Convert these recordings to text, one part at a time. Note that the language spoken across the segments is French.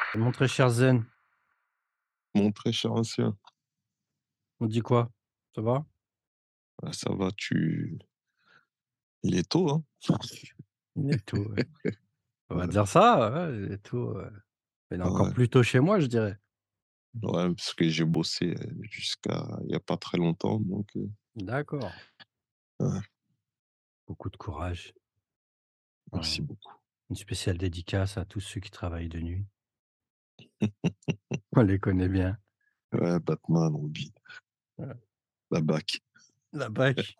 Mon très cher Zen, Mon très cher ancien, on dit quoi? Ça va? ça va, il est tôt, hein? Il est tôt, ouais. On va Ouais, dire ça, ouais, il est tôt, il est encore ouais, plus tôt chez moi, je dirais. ouais, parce que j'ai bossé, jusqu'à il y a pas très longtemps, donc D'accord, ouais, beaucoup de courage. merci Hein. beaucoup. Une spéciale dédicace à tous ceux qui travaillent de nuit. On les connaît bien. Ouais, Batman, Robin, Voilà. la BAC. La BAC.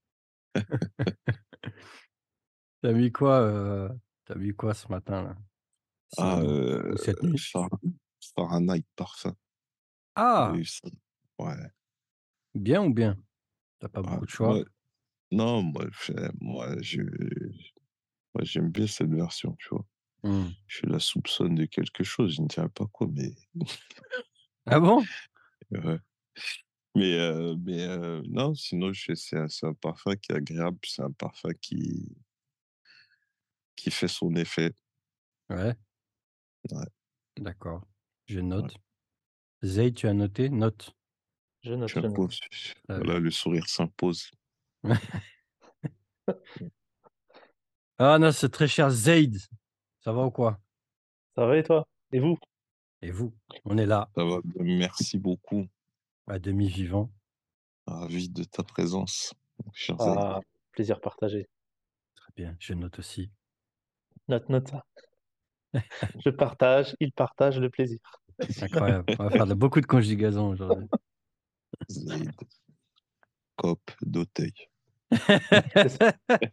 Tu mis quoi, tu mis quoi ce matin là? Ah, Sinon? Ou cette nuit? Fahrenheit Parfum, j'ai Ah! eu ça. Ouais, Bien ou bien? T'as pas ouais, beaucoup de choix? moi non, moi j'aime bien cette version, tu vois? Mmh. Je la soupçonne de quelque chose, je ne dirais pas quoi, mais Ah bon? ouais. Non, sinon c'est un parfum qui est agréable, c'est un parfum qui fait son effet. Ouais, Ouais, d'accord. Je ouais. note. Zaid, tu as noté? Note. Je note, je note. J'impose. Très Voilà, bien. le sourire s'impose. Ah non, c'est très cher Zaid. Ça va ou quoi? Ça va et toi? Et vous? Et vous? On est là, Ça va bien, merci beaucoup. à demi vivant. Ravi de ta présence, mon cher Zaïd. Ah, plaisir partagé. Très bien, je note aussi. Note, note ça. Je partage, il partage le plaisir. Incroyable. On va faire beaucoup de conjugaison aujourd'hui. Zaïd, Cop d'Auteuil. C'est ça.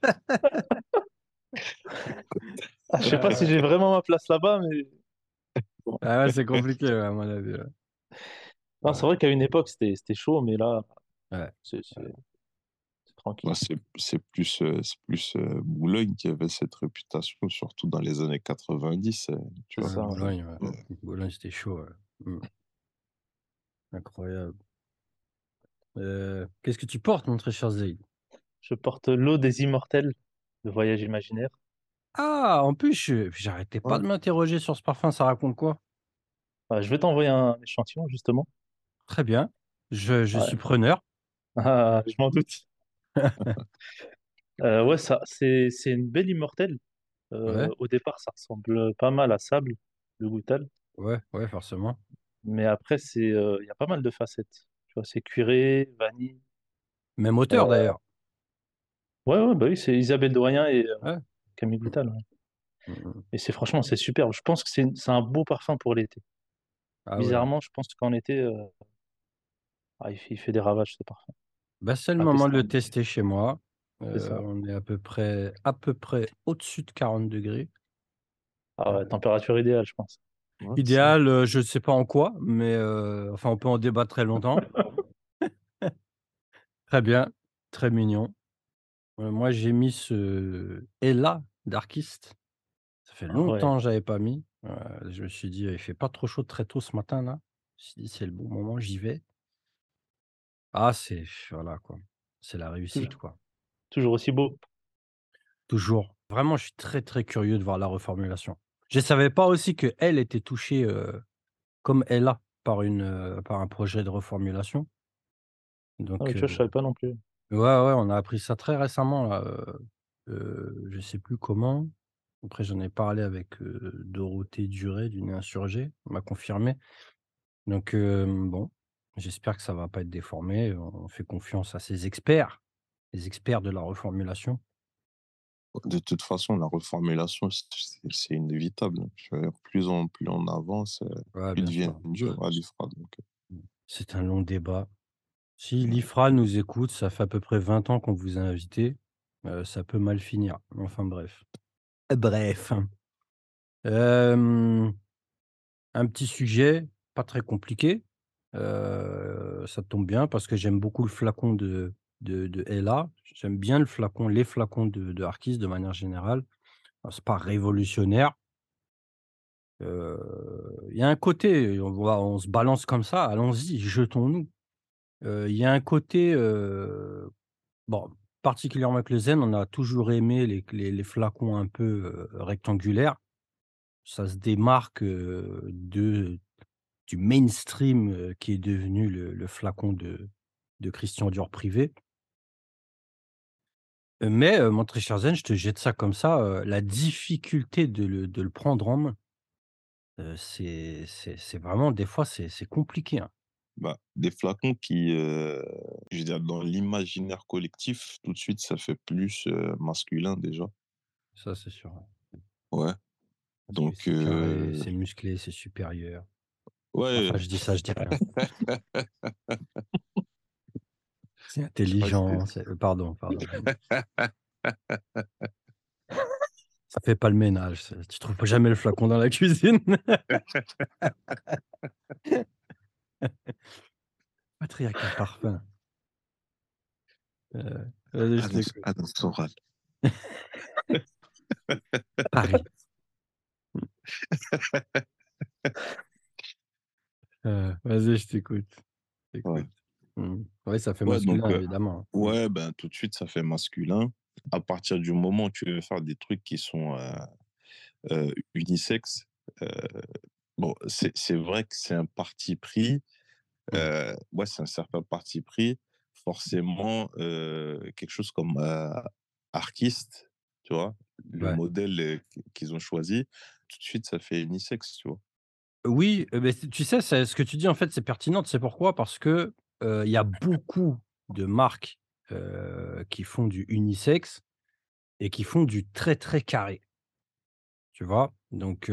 Ah, je sais pas si Ah j'ai vraiment ma place là-bas, mais bon. ah ouais, c'est compliqué, ouais, à mon avis, ouais. Non, Ouais, c'est vrai qu'à une époque, c'était chaud, mais là, ouais, c'est ouais. c'est- c'est tranquille. Moi, c'est plus Boulogne qui avait cette réputation, surtout dans les années 90, tu C'est vois. Ouais, ça. Boulogne, ouais. Mm. Boulogne, c'était chaud, ouais. Incroyable. Qu'est-ce que tu portes, mon très cher Zaid? Je porte l'eau des immortels, le voyage imaginaire. Ah, en plus, j'arrêtais pas Ouais. de m'interroger sur ce parfum, ça raconte quoi? Je vais t'envoyer un échantillon, justement. Très bien. Je Ouais. suis preneur. Ah, je m'en doute. Ouais, c'est une belle immortelle. Ouais, Au départ, ça ressemble pas mal à Sable, le Goutal. ouais, ouais, forcément. Mais après, il y a pas mal de facettes. Tu vois, c'est cuiré, vanille. Même auteur Euh, d'ailleurs. ouais, ouais, bah oui, c'est Isabelle Doyen et Ouais. Camille Goutal. Ouais. Mm. Et franchement, c'est superbe. Je pense que c'est un beau parfum pour l'été. Ah ouais. Bizarrement, je pense qu'en été, il fait des ravages, ce parfum. Bah, c'est le À moment de tester. le tester chez moi. C'est ça. On est à peu près au-dessus de 40 degrés. Ah ouais, Heu, température idéale, je pense. Ouais, ça. idéal, je ne sais pas en quoi, mais enfin, on peut en débattre très longtemps. Très bien, très mignon. Moi, j'ai mis ce Ella d'Arquiste. Ça fait Ah ouais. longtemps que j'avais pas mis. Je me suis dit: «Il fait pas trop chaud très tôt ce matin là». Je me suis dit: «C'est le bon moment, j'y vais». Ah, c'est voilà quoi, c'est la réussite Toujours, quoi. toujours aussi beau. Toujours. Vraiment, je suis très, très curieux de voir la reformulation. Je savais pas aussi qu'elle était touchée, comme Ella par un projet de reformulation. Ah ouais, Donc tu vois, je savais pas non plus. ouais, ouais, on a appris ça très récemment là, je sais plus comment. Après j'en ai parlé avec, Dorothée Duret d'une Insurgée, elle m'a confirmé. Donc bon, j'espère que ça va pas être déformé. On fait confiance à ces experts, les experts de la reformulation. De toute façon, la reformulation, c'est inévitable. Tu vois, plus on avance, Ouais, plus il bien devient sûr. dur à l'IFRA, donc C'est un long débat. Si ouais. l'IFRA nous écoute, ça fait à peu près 20 ans qu'on vous a invités, ça peut mal finir. Enfin bref. Bref. Hem, un petit sujet, pas très compliqué. Ça tombe bien parce que j'aime beaucoup le flacon de Ella. J'aime bien les flacons de Arquis de manière générale. Alors c'est pas révolutionnaire. Il y a un côté, on se balance comme ça, allons-y, jetons-nous. Il y a un côté, bon, particulièrement avec le zen, on a toujours aimé les flacons un peu, rectangulaires. ça se démarque, du mainstream, qui est devenu le flacon de Christian Dior privé. Mais mon très cher Zen, je te jette ça comme ça, la difficulté de le prendre en main, c'est vraiment des fois c'est compliqué, hein. Bah, des flacons qui, je veux dire, dans l'imaginaire collectif, tout de suite, ça fait plus, masculin déjà. Ça, c'est sûr, ouais. Ouais, Parce que donc c'est carré, c'est musclé, c'est supérieur. ouais, Enfin, je dis ça, je dis rien. C'est je crois que c'était intelligent, c'est pardon. Ça fait pas le ménage, tu trouves jamais le flacon dans la cuisine. Patriarcat parfum. Vas-y, je t'écoute. annonce orale. Paris. Vas-y, je Ouais. t'écoute. Mmh. Ouais, ça fait Ouais, donc masculin évidemment. Mmh. ouais, ben, tout de suite, ça fait masculin. À partir du moment où tu veux faire des trucs qui sont, unisexes, heu, bon, c'est vrai que c'est un parti pris, Mmh. ouais, c'est un certain parti pris. Forcément, quelque chose comme, Arquiste, tu vois? Le Ouais. modèle, qu'ils ont choisi, tout de suite, ça fait unisexe, tu vois? Oui, beh, tu sais, c'est ce que tu dis en fait, c'est pertinent. Tu sais pourquoi? Parce que, il y a beaucoup de marques, qui font du unisexe et qui font du très, très carré, tu vois? Donc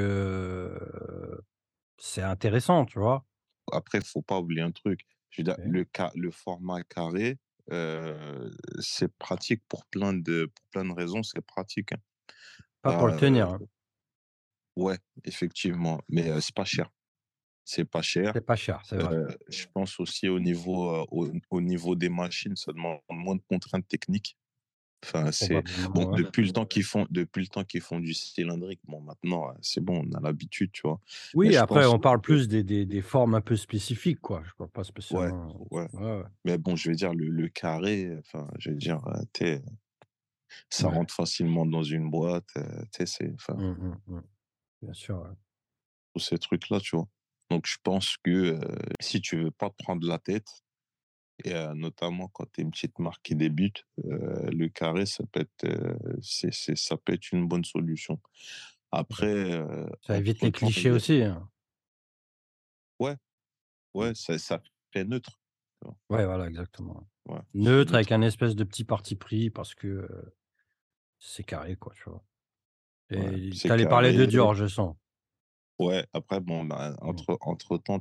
c'est intéressant, tu vois? Après, faut pas oublier un truc, je veux dire, OK. le format carré, c'est pratique pour plein de raisons, c'est pratique, hein. Pas pour le tenir, hein. Ouais, effectivement, mais c'est pas cher. C'est pas cher. C'est pas cher, c'est vrai. Je pense aussi au niveau des machines, ça demande moins de contraintes techniques. Enfin, c'est bon, Probablement, ouais. depuis le temps qu'ils font du cylindrique, bon maintenant, c'est bon, on a l'habitude, tu vois? Mais Oui, je après pense on parle que plus des formes un peu spécifiques, quoi. Je parle pas ouais, spécialement ouais, ouais, ouais. mais bon, je veux dire le carré, enfin, je veux dire, tu ça Ouais. rentre facilement dans une boîte, tu sais, c'est enfin, Mmh. Bien sûr, ouais. tous ces trucs-là, tu vois? Donc je pense que, si tu veux pas te prendre la tête et notamment quand tu es une petite marque qui débute, le carré, ça peut être, ça peut être une bonne solution. Ouais. Après, Ça évite les entre-temps, il clichés y a aussi, hein. ouais, Mmh. ouais, ça fait neutre, tu vois? Ouais, voilà, exactement. Ouais, c'est Neutre avec neutre. un espèce de petit parti pris parce que, c'est carré, quoi, tu vois? Ouais, Et tu c'est allais parler de carré. Dior, je sens. Ouais, après bon, bah, Mmh. entre-temps,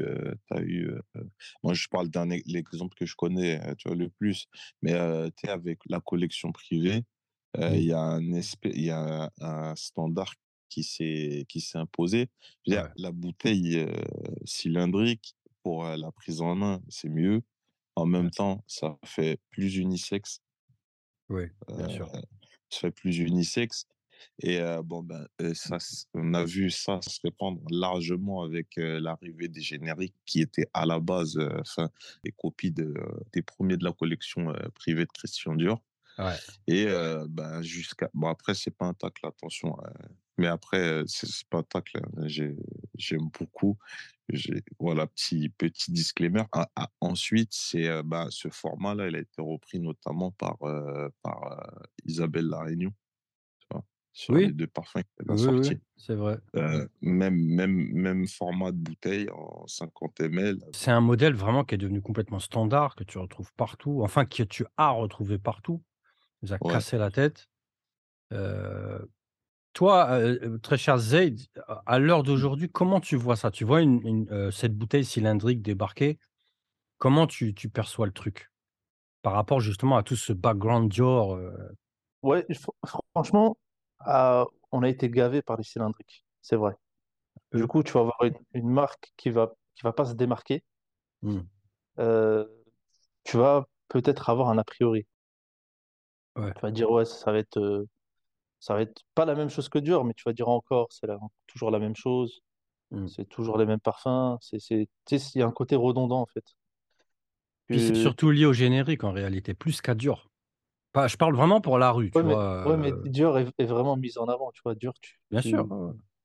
moi je parle l'exemple que je connais, tu vois, le plus, mais tu sais, avec la collection privée, Mmh. il y a un standard qui s'est imposé. Je veux dire, Ouais. la bouteille, cylindrique pour, la prise en main, c'est mieux. En Ouais. même temps, ça fait plus unisexe, Oui, bien heu, sûr. ça fait plus unisexe et bon, ben, on a vu ça se répandre largement avec, l'arrivée des génériques qui étaient à la base, enfin, des copies des premiers de la collection, privée de Christian Dior Ouais. et ben, jusqu'à bon après c'est pas un tacle, attention, mais après, c'est pas un tacle, hein, j'aime beaucoup. Voilà, petit disclaimer. Ensuite, c'est, bah, ce format-là, il a été repris notamment par Isabelle La Réunion, tu vois? Sur les Oui, 2 parfums qu'elle a oui, sortis. c'est vrai. Même format de bouteille en 50 ml. C'est un modèle vraiment qui est devenu complètement standard, que tu retrouves partout, enfin que tu as retrouvé partout. Il nous a Ouais. cassé la tête. Heu, Toi, très cher Zaid, à l'heure d'aujourd'hui, comment tu vois ça? Tu vois cette bouteille cylindrique débarquer, comment tu perçois le truc? Par rapport justement à tout ce background Dior, Ouais, franchement, on a été gavé par les cylindriques, c'est vrai. Du peu? coup, tu vas avoir une marque qui va pas se démarquer. Mmh. Euh, Tu vas peut-être avoir un a priori. Ouais. Tu vas dire, ouais, ça va être pas la même chose que Dior, mais tu vas dire encore, toujours la même chose, Mmh. c'est toujours les mêmes parfums. Tu sais, il y a un côté redondant, en fait. Puis c'est Que- surtout lié au générique en réalité, plus qu'à Dior. Pas je parle vraiment pour la rue, tu ouais, vois? mais Dior est vraiment mise en avant, tu vois. Dior, Bien sûr, ouais, ouais.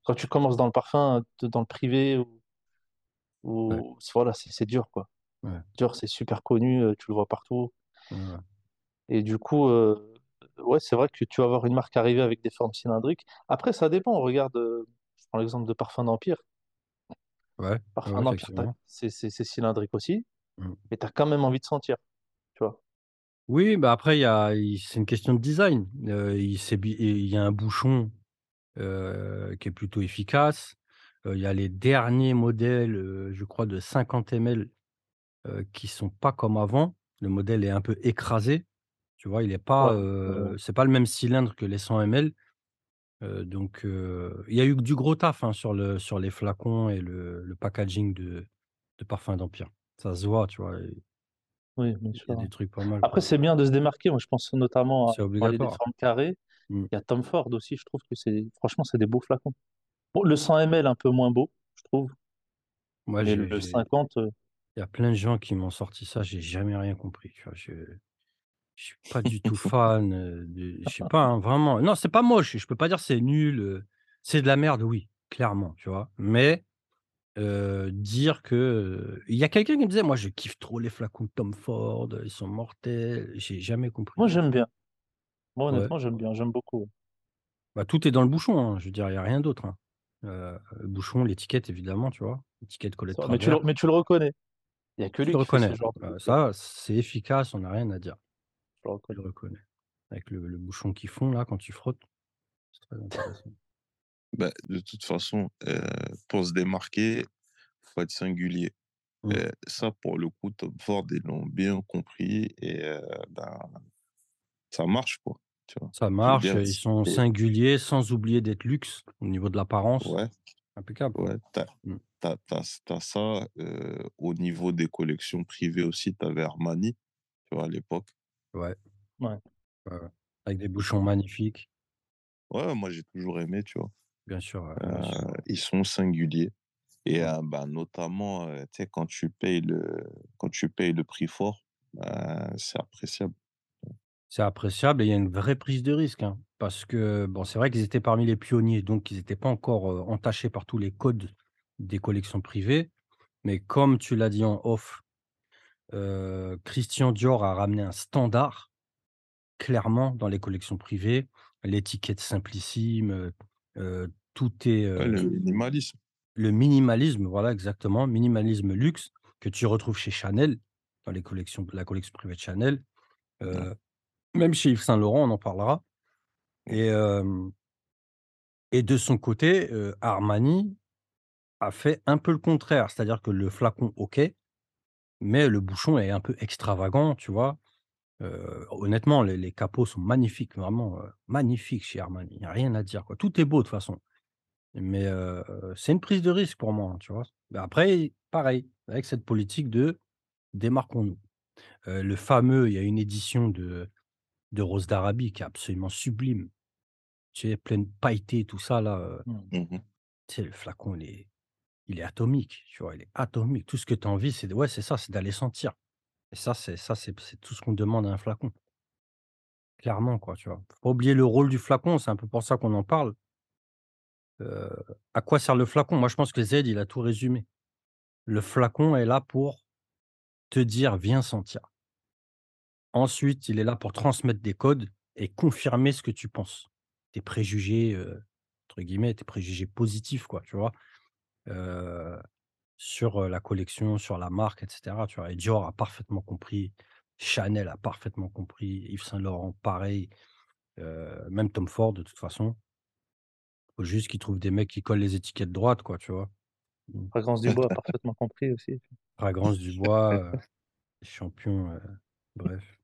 quand tu commences dans le parfum, dans le privé Ouais, voilà, c'est dur, quoi. ouais, Dur, c'est super connu, tu le vois partout. ouais, ouais. Et du coup, ouais, c'est vrai que tu vas avoir une marque arriver avec des formes cylindriques. Après, ça dépend. Regarde, je prends l'exemple de Parfum d'Empire. Ouais, ouais, ouais, Parfum d'Empire, effectivement. c'est cylindrique aussi, Mmh. mais tu as quand même envie de sentir, tu vois. Oui, bah, après c'est une question de design. Il y a un bouchon, qui est plutôt efficace. Il y a les derniers modèles, je crois de 50 ml, qui sont pas comme avant. Le modèle est un peu écrasé, tu vois? Il est pas, Ouais, ouais. c'est pas le même cylindre que les 100 ml, il y a eu du gros taf, hein, sur les flacons et le packaging de Parfums d'Empire. Ça se voit, tu vois? Oui, bien Il y a sûr. des trucs pas mal, Après, quoi. c'est bien de se démarquer. Moi, je pense notamment à C'est parler des obligatoire. formes carrées. Mmh. Il y a Tom Ford aussi, je trouve que franchement, c'est des beaux flacons. Bon, le 100 ml, un peu moins beau, je trouve, Moi, mais le 50, il y a plein de gens qui m'ont sorti ça, j'ai jamais rien compris, tu vois? Je suis pas du tout fan, je sais pas, hein, vraiment. Non, c'est pas moche, je peux pas dire c'est nul, c'est de la merde, oui, clairement, tu vois? Mais, dire que, il y a quelqu'un qui me disait: «Moi, je kiffe trop les flacons de Tom Ford, ils sont mortels». J'ai jamais compris. moi, j'aime bien. Moi, Ouais, honnêtement, j'aime bien, j'aime beaucoup. bah, tout est dans le bouchon, hein, je veux dire, il y a rien d'autre, hein. Le bouchon, l'étiquette évidemment, tu vois? L'étiquette collée de Mais travers, tu le reconnais. Il y a que tu lui le qui fait ce reconnais. genre de truc-là. Ça, c'est efficace, on a rien à dire. Je le Tu reconnais. le reconnais. Avec le bouchon qui fond là, quand tu frottes, c'est très intéressant. Bah, de toute façon, pour se démarquer, faut être singulier. Mmh. Ça, pour le coup, Tom Ford, ils l'ont bien compris et ben, ça marche, quoi, tu vois? Ça Je veux marche, dire, ils sont c'est singuliers sans oublier d'être luxe au niveau de l'apparence. ouais, Impeccable, quoi. ouais, Mmh. tu ça, au niveau des collections privées aussi, tu avais Armani, tu vois, à l'époque. Ouais, Ouais. ouais, ouais. Avec des bouchons magnifiques. Ouais, moi, j'ai toujours aimé, tu vois? Bien sûr, ouais, bien sûr. Ils sont singuliers et Mmh. bah, notamment, tu sais, quand tu payes le prix fort, c'est appréciable. C'est appréciable et il y a une vraie prise de risque, hein, parce que bon, c'est vrai qu'ils étaient parmi les pionniers, donc ils étaient pas encore, entachés par tous les codes des collections privées. Mais comme tu l'as dit en off, Christian Dior a ramené un standard. Clairement, dans les collections privées, l'étiquette simplissime, tout est, Ouais, le minimalisme. le minimalisme, voilà exactement, minimalisme luxe que tu retrouves chez Chanel, dans la collection privée de Chanel, Ouais, heu, même chez Yves Saint Laurent, on en parlera ouais, et de son côté, Armani a fait un peu le contraire. C'est-à-dire que le flacon, OK, mais le bouchon est un peu extravagant, tu vois? Honnêtement, les capots sont magnifiques, vraiment, magnifiques chez Armani. Il y a rien à dire, quoi. Tout est beau de toute façon, mais c'est une prise de risque pour moi, hein, tu vois? Mais après, pareil, avec cette politique de démarquons-nous. Le fameux Il y a une édition de Rose d'Arabie qui est absolument sublime. Tu sais, pleine pailletés, tout ça là, Mmh. mmh. tu sais, le flacon, il est atomique, tu vois? Il est atomique. Tout ce que tu as envie, c'est ouais, c'est ça, c'est d'aller sentir et c'est tout ce qu'on demande à un flacon. Clairement, quoi, tu vois? Faut pas oublier le rôle du flacon, c'est un peu pour ça qu'on en parle. Heu, à quoi sert le flacon? Moi, je pense que Z, il a tout résumé. Le flacon est là pour te dire: «Viens sentir». Ensuite, il est là pour transmettre des codes et confirmer ce que tu penses. Tes préjugés, entre guillemets, tes préjugés positifs, quoi, tu vois? Heu, sur, la collection, sur la marque et cetera, tu vois? Et Dior a parfaitement compris, Chanel a parfaitement compris, Yves Saint Laurent pareil, même Tom Ford de toute façon. Faut juste qu'ils trouvent des mecs qui collent les étiquettes droites, quoi, tu vois? Mmh. Fragrance du bois a parfaitement compris aussi. Fragrance du bois, champion, bref.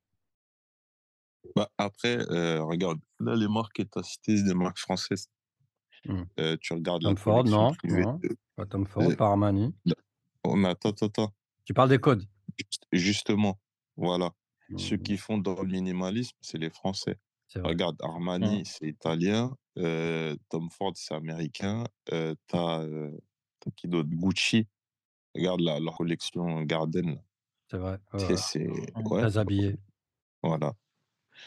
Bah, après, regarde, là, les marques que tu as citées, c'est des marques françaises. Mmh. Tu regardes la Tom Ford, collection non, privée non, de pas Tom Ford, heu, pas Armani. oh, mais attends, attends, attends, Tu parles des codes? justement, voilà. Ceux Mmh, qui font dans le minimalisme, c'est les Français. c'est vrai. Regarde, Mmh. Armani, c'est italien, Tom Ford, c'est américain, tu qui d'autre? Gucci, regarde leur collection Garden, là. C'est vrai, ouais, Tu sais, ouais. c'est Mmh. ouais, Très habillé. voilà.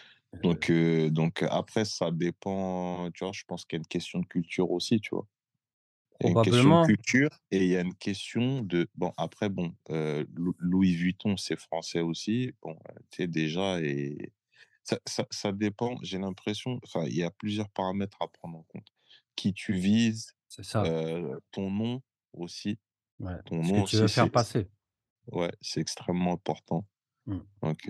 Donc après, ça dépend, tu vois? Je pense qu'il y a une question de culture aussi, tu vois? Il y a une question de Probablement, culture et il y a une question de bon, après bon, Louis Vuitton, c'est français aussi. Bon, tu sais déjà et ça dépend, j'ai l'impression enfin, il y a plusieurs paramètres à prendre en compte. Qui tu vises, c'est ça. ton nom aussi. Ouais. Ton Ce que nom tu aussi, veux faire passer. ouais, c'est extrêmement important. Mmh. Donc,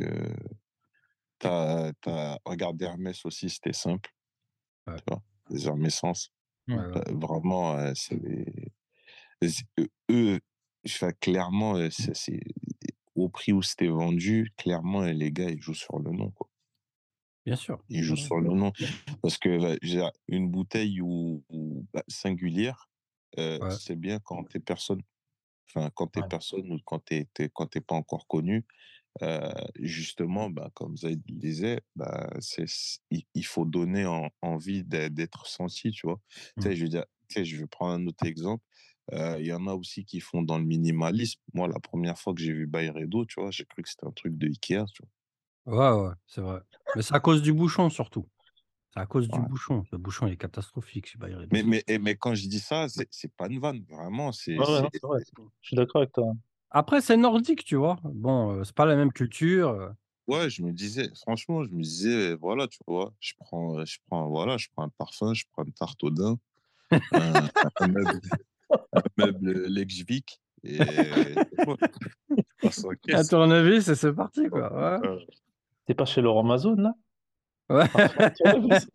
regarde Hermès aussi, c'était simple, Ouais. tu vois? Les Hermescences, Ouais, ouais. vraiment, c'est des eux, enfin, clairement, c'est au prix où c'était vendu, clairement, les gars, ils jouent sur le nom, quoi. Bien sûr. Ils Ouais, jouent ouais. sur le nom parce que, bah, je veux dire, une bouteille bah, singulière, Ouais. c'est bien quand tu es personne. Enfin, quand tu es Ouais. personne ou quand tu pas encore connu. Justement, bah, comme Zaid le disait, bah, il faut donner envie d'être senti, tu vois? Tu Mmh. sais, je veux dire, tu sais, je vais prendre un autre exemple. Il y en a aussi qui font dans le minimalisme. Moi, la première fois que j'ai vu Byredo, tu vois, j'ai cru que c'était un truc de Ikea, tu Ouais, ouais, c'est vrai. Mais c'est à cause du bouchon surtout. C'est à cause du vois? Ouais. bouchon. Le bouchon, il est catastrophique chez Byredo. Mais quand je dis ça, c'est pas une vanne, vraiment, Ouais, ouais, non, c'est vrai. Je suis d'accord avec toi. Après, c'est nordique, tu vois? Bon, c'est pas la même culture, ouais, je me disais franchement, je me disais, voilà, tu vois, voilà, je prends un parfum, je prends une tarte au daim, un meuble Lex et ouais, je passe en un caisse. tournevis et c'est parti, quoi. Heu, T'es pas chez Laurent Amazon, là? Ouais. Parfum, tournevis.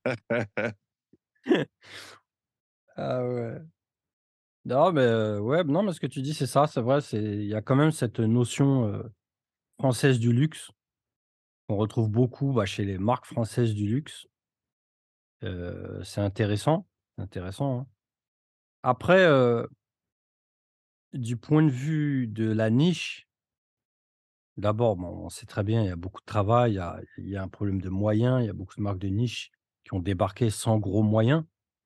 Ah ouais. Non, mais ouais, non, mais ce que tu dis, c'est ça, c'est vrai, il y a quand même cette notion, française du luxe, qu'on retrouve beaucoup, bah, chez les marques françaises du luxe. C'est intéressant, hein. Après, du point de vue de la niche, d'abord, bon, on sait très bien, il y a beaucoup de travail, il y a un problème de moyens, il y a beaucoup de marques de niche qui ont débarqué sans gros moyens,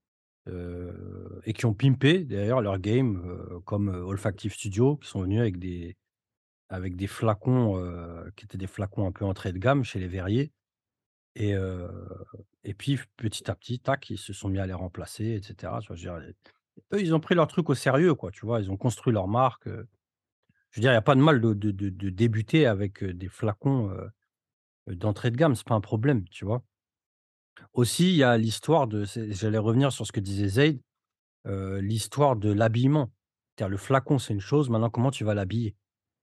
et qui ont pimpé d'ailleurs leur game, comme, Olfactive Studio, qui sont venus avec des flacons, qui étaient des flacons un peu entrée de gamme chez les verriers et heu et puis petit à petit, tac, ils se sont mis à les remplacer et cetera, tu vois? Je veux dire, eux, ils ont pris leur truc au sérieux, quoi, tu vois? Ils ont construit leur marque, je veux dire, il y a pas de mal de débuter avec, des flacons, d'entrée de gamme, c'est pas un problème, tu vois? Aussi, il y a l'histoire j'allais revenir sur ce que disait Zaid, l'histoire de l'habillement. C'est-à-dire le flacon, c'est une chose, maintenant comment tu vas l'habiller?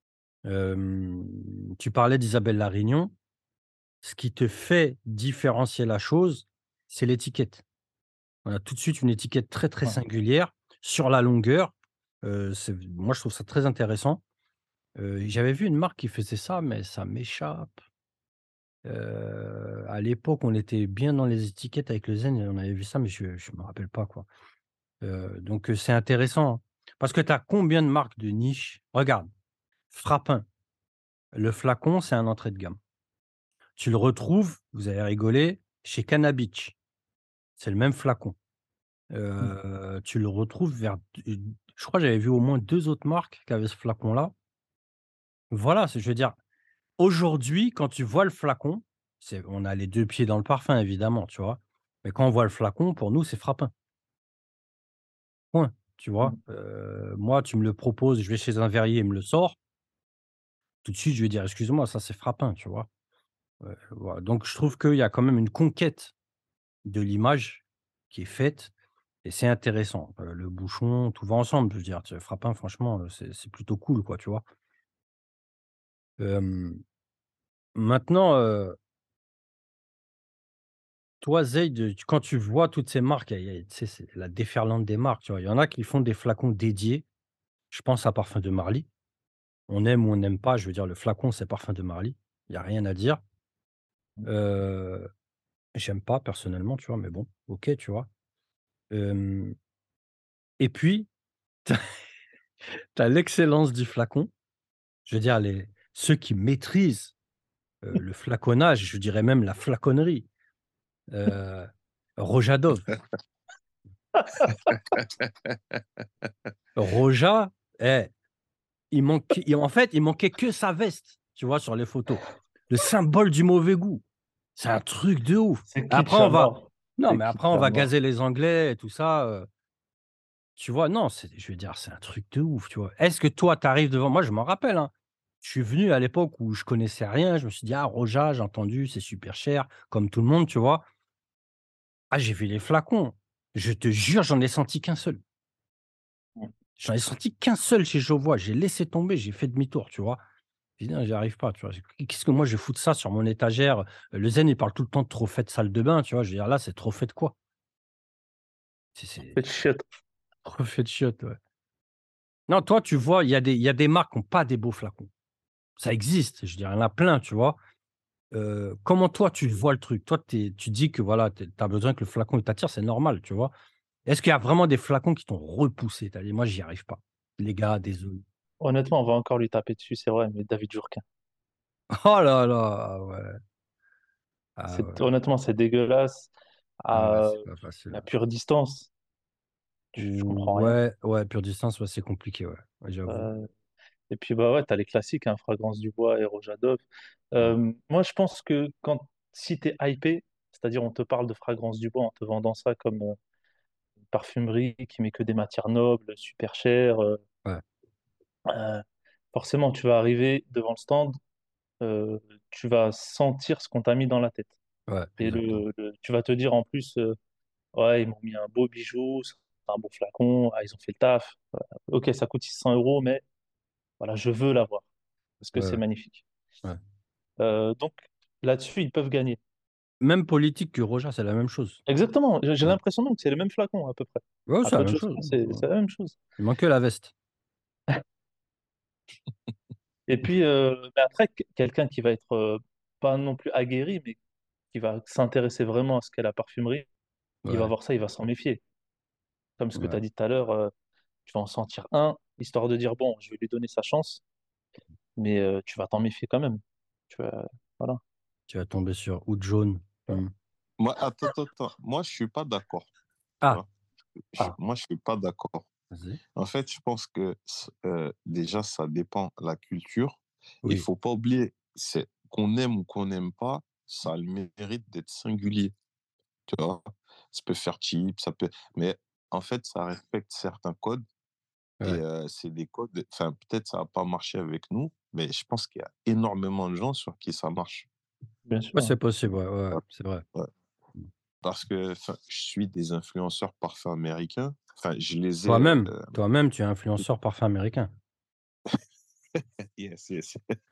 Tu parlais d'Isabelle Larignon. Ce qui te fait différencier la chose, c'est l'étiquette. On a tout de suite une étiquette très, très Ouais. singulière sur la longueur. Moi, je trouve ça très intéressant. J'avais vu une marque qui faisait ça, mais ça m'échappe. À l'époque, on était bien dans les étiquettes avec le Zen et on avait vu ça, mais je ne me rappelle pas, quoi. Donc c'est intéressant, hein, parce que tu as combien de marques de niche? Regarde, Frappin, le flacon, c'est un entrée de gamme. Tu le retrouves, vous allez rigoler, chez Cannabitch. C'est le même flacon. Tu le retrouves je crois que j'avais vu au moins 2 autres marques qui avaient ce flacon-là. Voilà, je veux dire, aujourd'hui, quand tu vois le flacon, on a les 2 pieds dans le parfum évidemment, tu vois? Mais quand on voit le flacon, pour nous, c'est Frappin, point, tu vois? Mmh. Moi, tu me le proposes, je vais chez un verrier, il me le sort, tout de suite, je vais dire: «Excuse-moi, ça, c'est Frappin», tu vois? Voilà, donc je trouve qu'il y a quand même une conquête de l'image qui est faite. Et c'est intéressant, le bouchon, tout va ensemble, je veux dire, Frappin franchement, c'est plutôt cool quoi, tu vois? Hem, Maintenant, toi Zaid, quand tu vois toutes ces marques, tu sais, c'est la déferlante des marques, tu vois? Il y en a qui font des flacons dédiés. Je pense à Parfum de Marly. On aime ou on n'aime pas, je veux dire le flacon, c'est Parfum de Marly. Il y a rien à dire. Heu, J'aime pas personnellement, tu vois? Mais bon, OK, tu vois? Hem Et puis, tu as l'excellence du flacon. Je veux dire ceux qui maîtrisent le flaconnage, je dirais même la flaconnerie. Heu, Rojadov. Roja, eh, en fait, il manquait que sa veste, tu vois, sur les photos. Le symbole du mauvais goût. C'est un truc de ouf. C'est Après kitsch on à va mort. non, C'est mais après kitsch on à va mort. gazer les Anglais et tout ça, tu vois? Non, je veux dire, c'est un truc de ouf, tu vois? Est-ce que toi, tu arrives devant moi, je m'en rappelle, hein. Je suis venu à l'époque où je connaissais rien, je me suis dit: «Ah, Roja, j'ai entendu, c'est super cher», comme tout le monde, tu vois? Ah, j'ai vu les flacons. Je te jure, j'en ai senti qu'un seul. Mmh. J'en ai senti qu'un seul chez Jovois. J'ai laissé tomber, j'ai fait demi-tour, tu vois? J'ai dit: «Non, j'y arrive pas», tu vois? Qu'est-ce que moi je fous de ça sur mon étagère? Le zen, il parle tout le temps de trophée de salle de bain, tu vois? Je veux dire là, c'est trophée de quoi? C'est Faites chiottes. trophée de chiottes, ouais. Non, toi, tu vois, il y a des marques qui ont pas des beaux flacons. Ça existe, je veux dire, il y en a plein, tu vois? Comment toi, tu vois le truc? Toi, tu dis que voilà, tu as besoin que le flacon il t'attire, c'est normal, tu vois? Est-ce qu'il y a vraiment des flacons qui t'ont repoussé? Tu as dit: «Moi, j'y arrive pas. Les gars, désolé». Honnêtement, on va encore lui taper dessus, c'est vrai, mais David Jourdain. Oh là là! Ah ouais, ah ouais, Honnêtement, c'est dégueulasse. ah ouais, À c'est pas facile, la ouais. pure distance, je comprends rien. Ouais, ouais, pure distance, ouais, c'est compliqué, ouais. Ouais, j'avoue. Euh, et puis, bah ouais, t'as les classiques, hein, Fragrance du Bois et Rojadov. Mmh. Moi, je pense que si t'es hypé, c'est-à-dire on te parle de Fragrance du Bois en te vendant ça comme une parfumerie qui met que des matières nobles, super chères, Ouais, euh, forcément, tu vas arriver devant le stand, euh, tu vas sentir ce qu'on t'a mis dans la tête. ouais, Et exactement. tu vas te dire en plus, ouais, ils m'ont mis un beau bijou, c'est un beau flacon, ah, ils ont fait le taf. Ok, ça coûte 600 €, mais voilà, je veux l'avoir parce que Ouais, c'est ouais, magnifique. ouais. Donc là-dessus, ils peuvent gagner. Même politique que Roja, c'est la même chose. Exactement, j'ai Ouais. l'impression même que c'est le même flacon à peu près. Ouais, À c'est la peu de même choses chose. près, Ouais. c'est la même chose. Il manque que la veste. Et puis, mais après, quelqu'un qui va être pas non plus aguerri, mais qui va s'intéresser vraiment à ce qu'est la parfumerie, il va Ouais, voir ça, il va s'en méfier. Comme ce que tu ouais. as dit tout à l'heure, tu vas en sentir un, histoire de dire, bon, je vais lui donner sa chance, mais tu vas t'en méfier quand même. Voilà. Tu vas tomber sur oud jaune. Mmh. Moi, attends, attends, attends. Moi, je suis pas d'accord, tu Ah! vois? Ah, Moi, je suis pas d'accord. Vas-y. En fait, je pense que déjà, ça dépend la culture. Il Oui, faut pas oublier, c'est qu'on aime ou qu'on n'aime pas, ça a le mérite d'être singulier, tu vois? Ça peut faire cheap, ça peut mais en fait, ça respecte certains codes et ouais. c'est des codes enfin, peut-être ça va pas marcher avec nous, mais je pense qu'il y a énormément de gens sur qui ça marche. bien Ouais, sûr. c'est possible, ouais, ouais, ouais, Ouais, c'est vrai. ouais. Mmh. Parce que, enfin, je suis des influenceurs parfums américains. Enfin, je les ai, Toi-même, tu es influenceur parfum américain. yes, yes.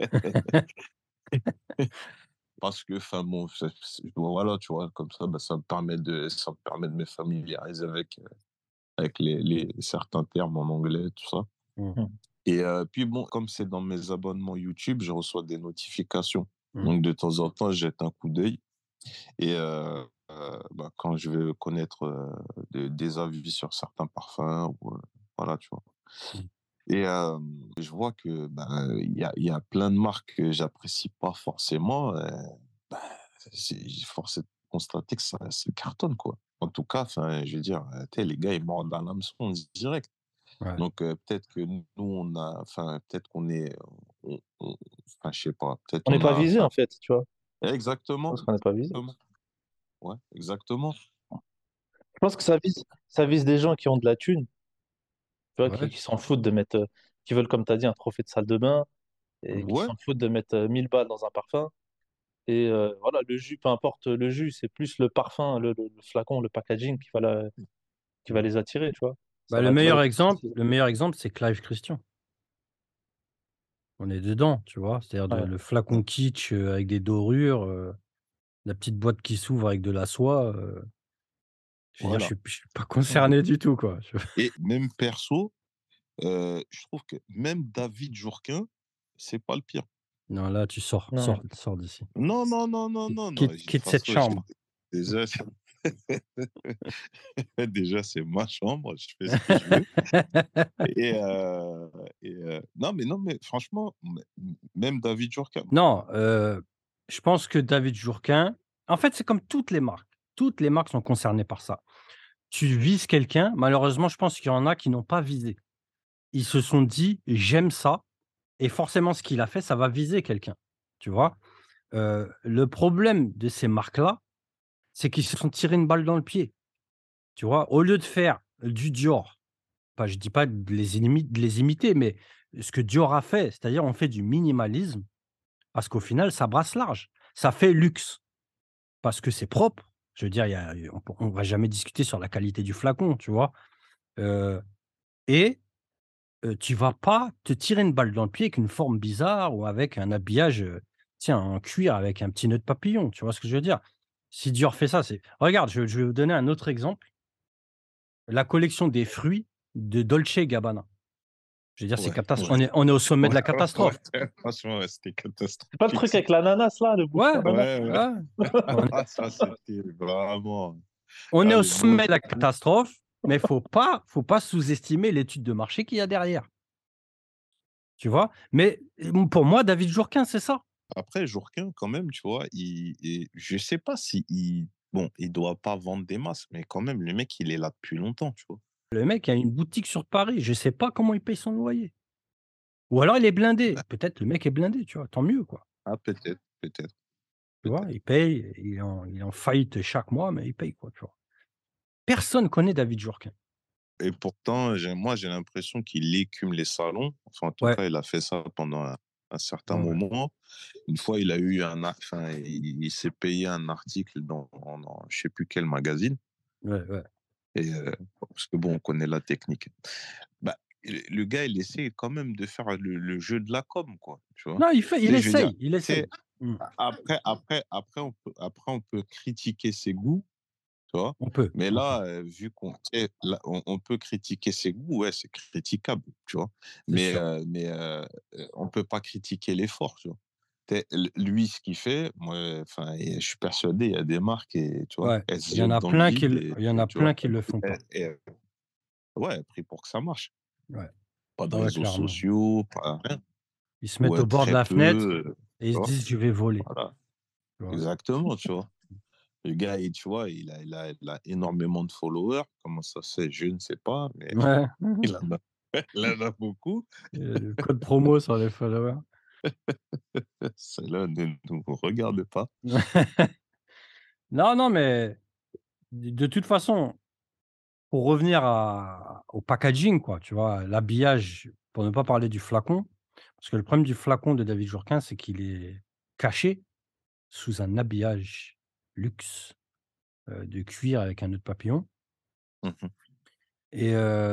Parce que, enfin bon, bon, voilà, tu vois, comme ça, bah, ça me permet de me familiariser avec les certains termes en anglais, tout ça. Mmh, Mm. Et puis bon, comme c'est dans mes abonnements YouTube, je reçois des notifications. mmh, Donc de temps en temps, je jette un coup d'œil et bah, quand je veux connaître, des avis sur certains parfums ou voilà, tu vois? mmh. Et je vois que, ben, il y a plein de marques que j'apprécie pas forcément, bah, c'est force est de constater que ça cartonne, quoi. En tout cas, enfin, je veux dire, tu sais, les gars, ils mordent à l'hameçon direct. Ouais. Donc peut-être que nous, on a enfin, peut-être qu'on est, on enfin, je sais pas, peut-être On n'est on pas a visé, enfin en fait, tu vois. Je exactement, pense qu'on n'est pas visé. exactement. Ouais, exactement. Je pense que ça vise des gens qui ont de la thune, tu vois, Ouais, qui s'en foutent de mettre, qui veulent, comme tu as dit, un trophée de salle de bain, et qui Ouais, s'en foutent de mettre 1000 balles dans un parfum. Et voilà, le jus, peu importe le jus, c'est plus le parfum, le flacon, le packaging qui va mmh. les attirer, tu vois. Bah, Ça va le direct. meilleur exemple le meilleur exemple, c'est Clive Christian. On est dedans, tu vois? C'est-à-dire Ouais. le flacon kitsch, avec des dorures, la petite boîte qui s'ouvre avec de la soie, je veux dire, voilà. je suis pas concerné du tout, quoi. Je Et même perso, je trouve que même David Jourdain, c'est pas le pire. non, là, tu sors, Non. sors, sors d'ici. Non, non, non, non, non, non, Quitte j'ai de toute quitte cette façon, j'ai chambre. déjà déjà, c'est ma chambre, je fais ce que je veux et non, mais franchement, même David Jourdain Non, je pense que David Jourdain en fait, c'est comme toutes les marques. Toutes les marques sont concernées par ça. Tu vises quelqu'un, malheureusement, je pense qu'il y en a qui n'ont pas visé. Ils se sont dit: «J'aime ça» et forcément ce qu'il a fait, ça va viser quelqu'un, tu vois? Le problème de ces marques-là, c'est qu'ils se sont tirés une balle dans le pied, tu vois? Au lieu de faire du Dior pas je dis pas de les imiter, mais ce que Dior a fait, c'est-à-dire on fait du minimalisme parce qu'au final, ça brasse large. Ça fait luxe parce que c'est propre. Je veux dire, il y a on va jamais discuter sur la qualité du flacon, tu vois? Heu et tu vas pas te tirer une balle dans le pied avec une forme bizarre ou avec un habillage, tiens, en cuir avec un petit nœud de papillon, tu vois ce que je veux dire? Si Dior fait ça, c'est regarde, je vais vous donner un autre exemple, la collection des fruits de Dolce& Gabbana. Je veux dire, c'est Ouais, catastro ouais. on est au sommet Ouais, de la ouais, catastrophe. ouais, franchement, ouais, c'était C'est pas le catastrophique truc ça. avec l'ananas, là, le bouchon Ouais, ananas? Ouais, ouais. ouais, on est Ah, ça, c'était vraiment. on est Ah, au le mot. sommet de la catastrophe, mais faut pas sous-estimer l'étude de marché qu'il y a derrière, tu vois? Mais, pour moi, David Jourquin, c'est ça. Après, Jourquin, quand même, tu vois, je sais pas si bon, il doit pas vendre des masses, mais quand même, le mec, il est là depuis longtemps, tu vois. Le mec a une boutique sur Paris, je sais pas comment il paye son loyer. Ou alors il est blindé. Peut-être le mec est blindé, tu vois? Tant mieux, quoi. Ah, peut-être, peut-être, Tu vois? peut-être. Il paye, il est en faillite chaque mois, mais il paye, quoi, tu vois? Personne connaît David Jourquin. Et pourtant, moi, j'ai l'impression qu'il écume les salons. Enfin, en tout Ouais, cas, il a fait ça pendant un certain ouais, ouais. moment. Une fois, il a eu enfin, il s'est payé un article je sais plus quel magazine. Ouais, ouais. Et, parce que bon, on connaît la technique. Bah, le gars, il essaie quand même de faire le jeu de la com, quoi, tu vois. Non, il Tu sais, je veux dire, essaye, il tu sais, essaye. Mmh. après, on peut critiquer ses goûts, tu vois. On peut, Mais on peut. là, vu qu'on, tu sais, là, on peut critiquer ses goûts, ouais, c'est critiquable, tu vois. C'est sûr. On peut pas critiquer l'effort, tu vois. Lui, ce qu'il fait, moi, enfin, et je suis persuadé, il y a des marques et tu vois, Ouais. elles se Il y en jettent a dans le plein qui vide le il y en a tu vois, plein qui le font pas. ouais, pris pour que ça marche. Ouais. Pas de Ouais, ouais, réseaux clairement. sociaux, pas rien. Ils se mettent Ouais, au bord de très la fenêtre peu, et ils tu se vois. disent: «Je vais voler», Voilà, tu vois? exactement, tu vois. Le gars, tu vois, il a énormément de followers. Comment ça se fait? Je ne sais pas, mais Ouais. il en a, il en a beaucoup. Le code promo sur les followers. Cela ne nous regarde pas. Non, non, mais de toute façon, pour revenir au packaging, quoi, tu vois? L'habillage, pour ne pas parler du flacon, parce que le problème du flacon de David Jourquin, c'est qu'il est caché sous un habillage luxe, de cuir avec un nœud de papillon Mmh. et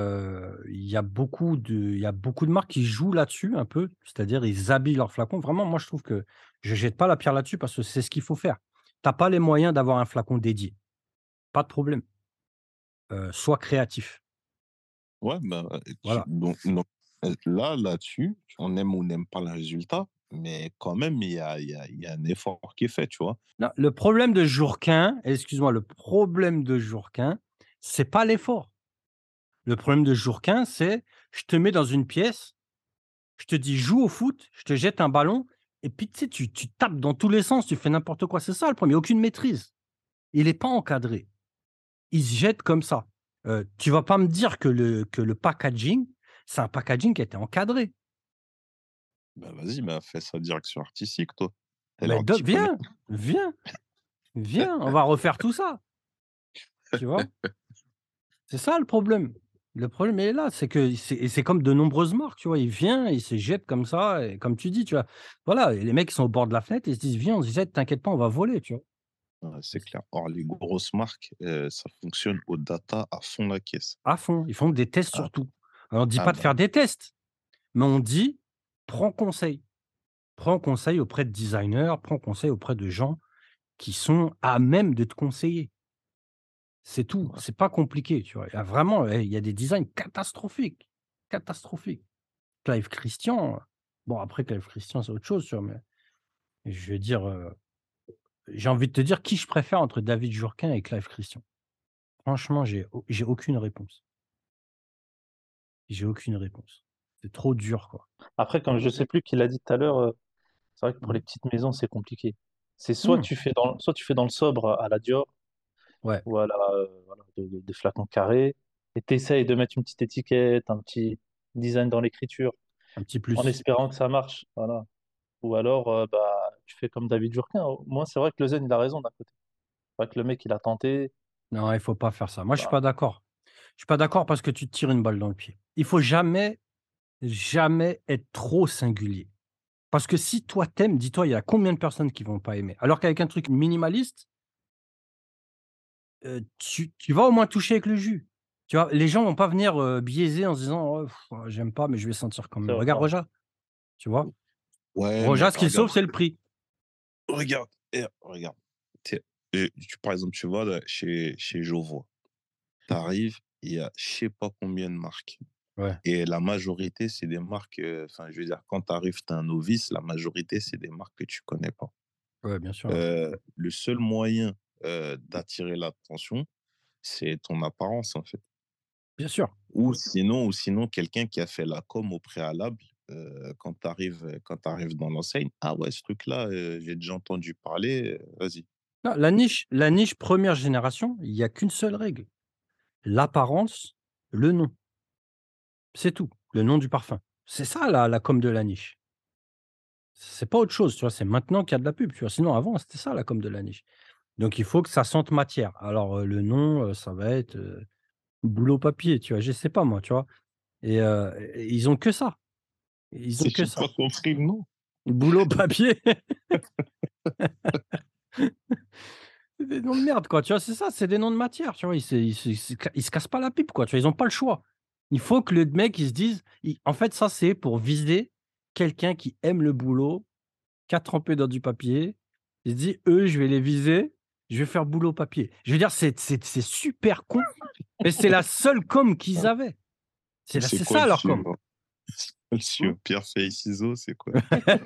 il y a beaucoup de marques qui jouent là-dessus un peu, c'est-à-dire ils habillent leurs flacons. Vraiment, moi, je trouve que je jette pas la pierre là-dessus parce que c'est ce qu'il faut faire. Tu as pas les moyens d'avoir un flacon dédié, pas de problème, sois créatif. Ouais, bah, Voilà. donc là-dessus, on aime ou n'aime pas le résultat, mais quand même, il y a un effort qui est fait, tu vois? Non, le problème de Jourquin, excuse-moi, le problème de Jourquin, c'est pas l'effort. Le problème de Jourquin, c'est: je te mets dans une pièce, je te dis: «Joue au foot», je te jette un ballon et puis tu sais, tu tapes dans tous les sens, tu fais n'importe quoi. C'est ça le problème, il y a aucune maîtrise. Il est pas encadré. Il se jette comme ça. Tu vas pas me dire que le packaging, c'est un packaging qui a été encadré. Bah, vas-y, bah, fais sa direction artistique, toi. Tu Mais l'air de tu connais. viens, viens, viens, on va refaire tout ça, tu vois? C'est ça le problème. Le problème est là, c'est que c'est comme de nombreuses marques, tu vois? Il vient, il se jette comme ça et comme tu dis, tu vois? Voilà, et les mecs, ils sont au bord de la fenêtre, ils se disent: «Viens, on se jette, t'inquiète pas, on va voler», tu vois? Ouais, c'est clair. Or, les grosses marques, ça fonctionne au data à fond la caisse. À fond, ils font des tests Ah, sur tout. Alors on dit ah pas de faire bah, des tests, mais on dit: «Prends conseil». Prends conseil auprès de designers, prends conseil auprès de gens qui sont à même de te conseiller. C'est tout, ouais, c'est pas compliqué, tu vois? Il y a vraiment, il y a des designs catastrophiques, catastrophiques. Clive Christian, bon après Clive Christian, c'est autre chose, tu vois? Mais je veux dire, j'ai envie de te dire qui je préfère entre David Jurquin et Clive Christian. Franchement, j'ai aucune réponse. J'ai aucune réponse. C'est trop dur, quoi. Après, comme je sais plus qui l'a dit tout à l'heure, c'est vrai que pour les Mmh. petites maisons, c'est compliqué. C'est Mmh. soit tu fais dans le sobre à la Dior Ouais, ou à voilà, des flacons carrés et tu essayes de mettre une petite étiquette, un petit design dans l'écriture un petit en plus. espérant que ça marche. Voilà. Ou alors, bah, tu fais comme David Jourdain. Moi, c'est vrai que le Zen, il a raison d'un côté. C'est vrai que le mec, il a tenté. Non, il faut pas faire ça. Moi, je suis Bah, pas d'accord. Je suis pas d'accord parce que tu te tires une balle dans le pied. Il faut jamais, jamais être trop singulier. Parce que si toi t'aimes, dis-toi, il y a combien de personnes qui vont pas aimer? Alors qu'avec un truc minimaliste, tu vas au moins toucher avec le jus. Tu vois? Les gens vont pas venir, biaisés en se disant: «Oh j'aime pas, mais je vais sentir quand C'est même». vrai, Regarde ouais. Roja, tu vois? Ouais, mais Roja, ce qu'il regarde, sauve, c'est le prix. regarde, regarde. Par exemple, tu vois, là, chez Jovo, tu arrives, il y a je sais pas combien de marques. Ouais, Et la majorité, c'est des marques, enfin, je veux dire, quand tu arrives, tu es un novice, la majorité, c'est des marques que tu connais pas. ouais, bien sûr, ouais. Le seul moyen d'attirer l'attention, c'est ton apparence, en fait. Bien sûr. Ou sinon quelqu'un qui a fait la com au préalable, quand tu arrives dans l'enseigne: «Ah ouais, ce truc-là, j'ai déjà entendu parler, vas-y». Non, la niche 1re génération, il y a qu'une seule règle, l'apparence, le nom, c'est tout, le nom du parfum. C'est ça la com de la niche. C'est pas autre chose, tu vois? C'est maintenant qu'il y a de la pub, tu vois? Sinon avant, c'était ça la com de la niche. Donc il faut que ça sente matière. Alors, le nom, ça va être, boulot papier, tu vois? Je sais pas moi, tu vois? Et ils ont que ça, ils ont que J'ai ça. pas compris le nom. Boulot papier, c'est des noms de merde, quoi, tu vois? C'est ça, c'est des noms de matière, tu vois? Ils se cassent pas la pipe, quoi, tu vois? Ils ont pas le choix. Il faut que le mec, il se dise il en fait, ça, c'est pour viser quelqu'un qui aime le boulot, qui a trempé dans du papier. Il se dit: «Eux, je vais les viser, je vais faire boulot papier». Je veux dire, c'est super con, mais c'est la seule com qu'ils avaient. C'est C'est quoi ça le leur com. suivant? C'est quoi le Mmh. suivant? Pierre, feuille, ciseaux, c'est quoi?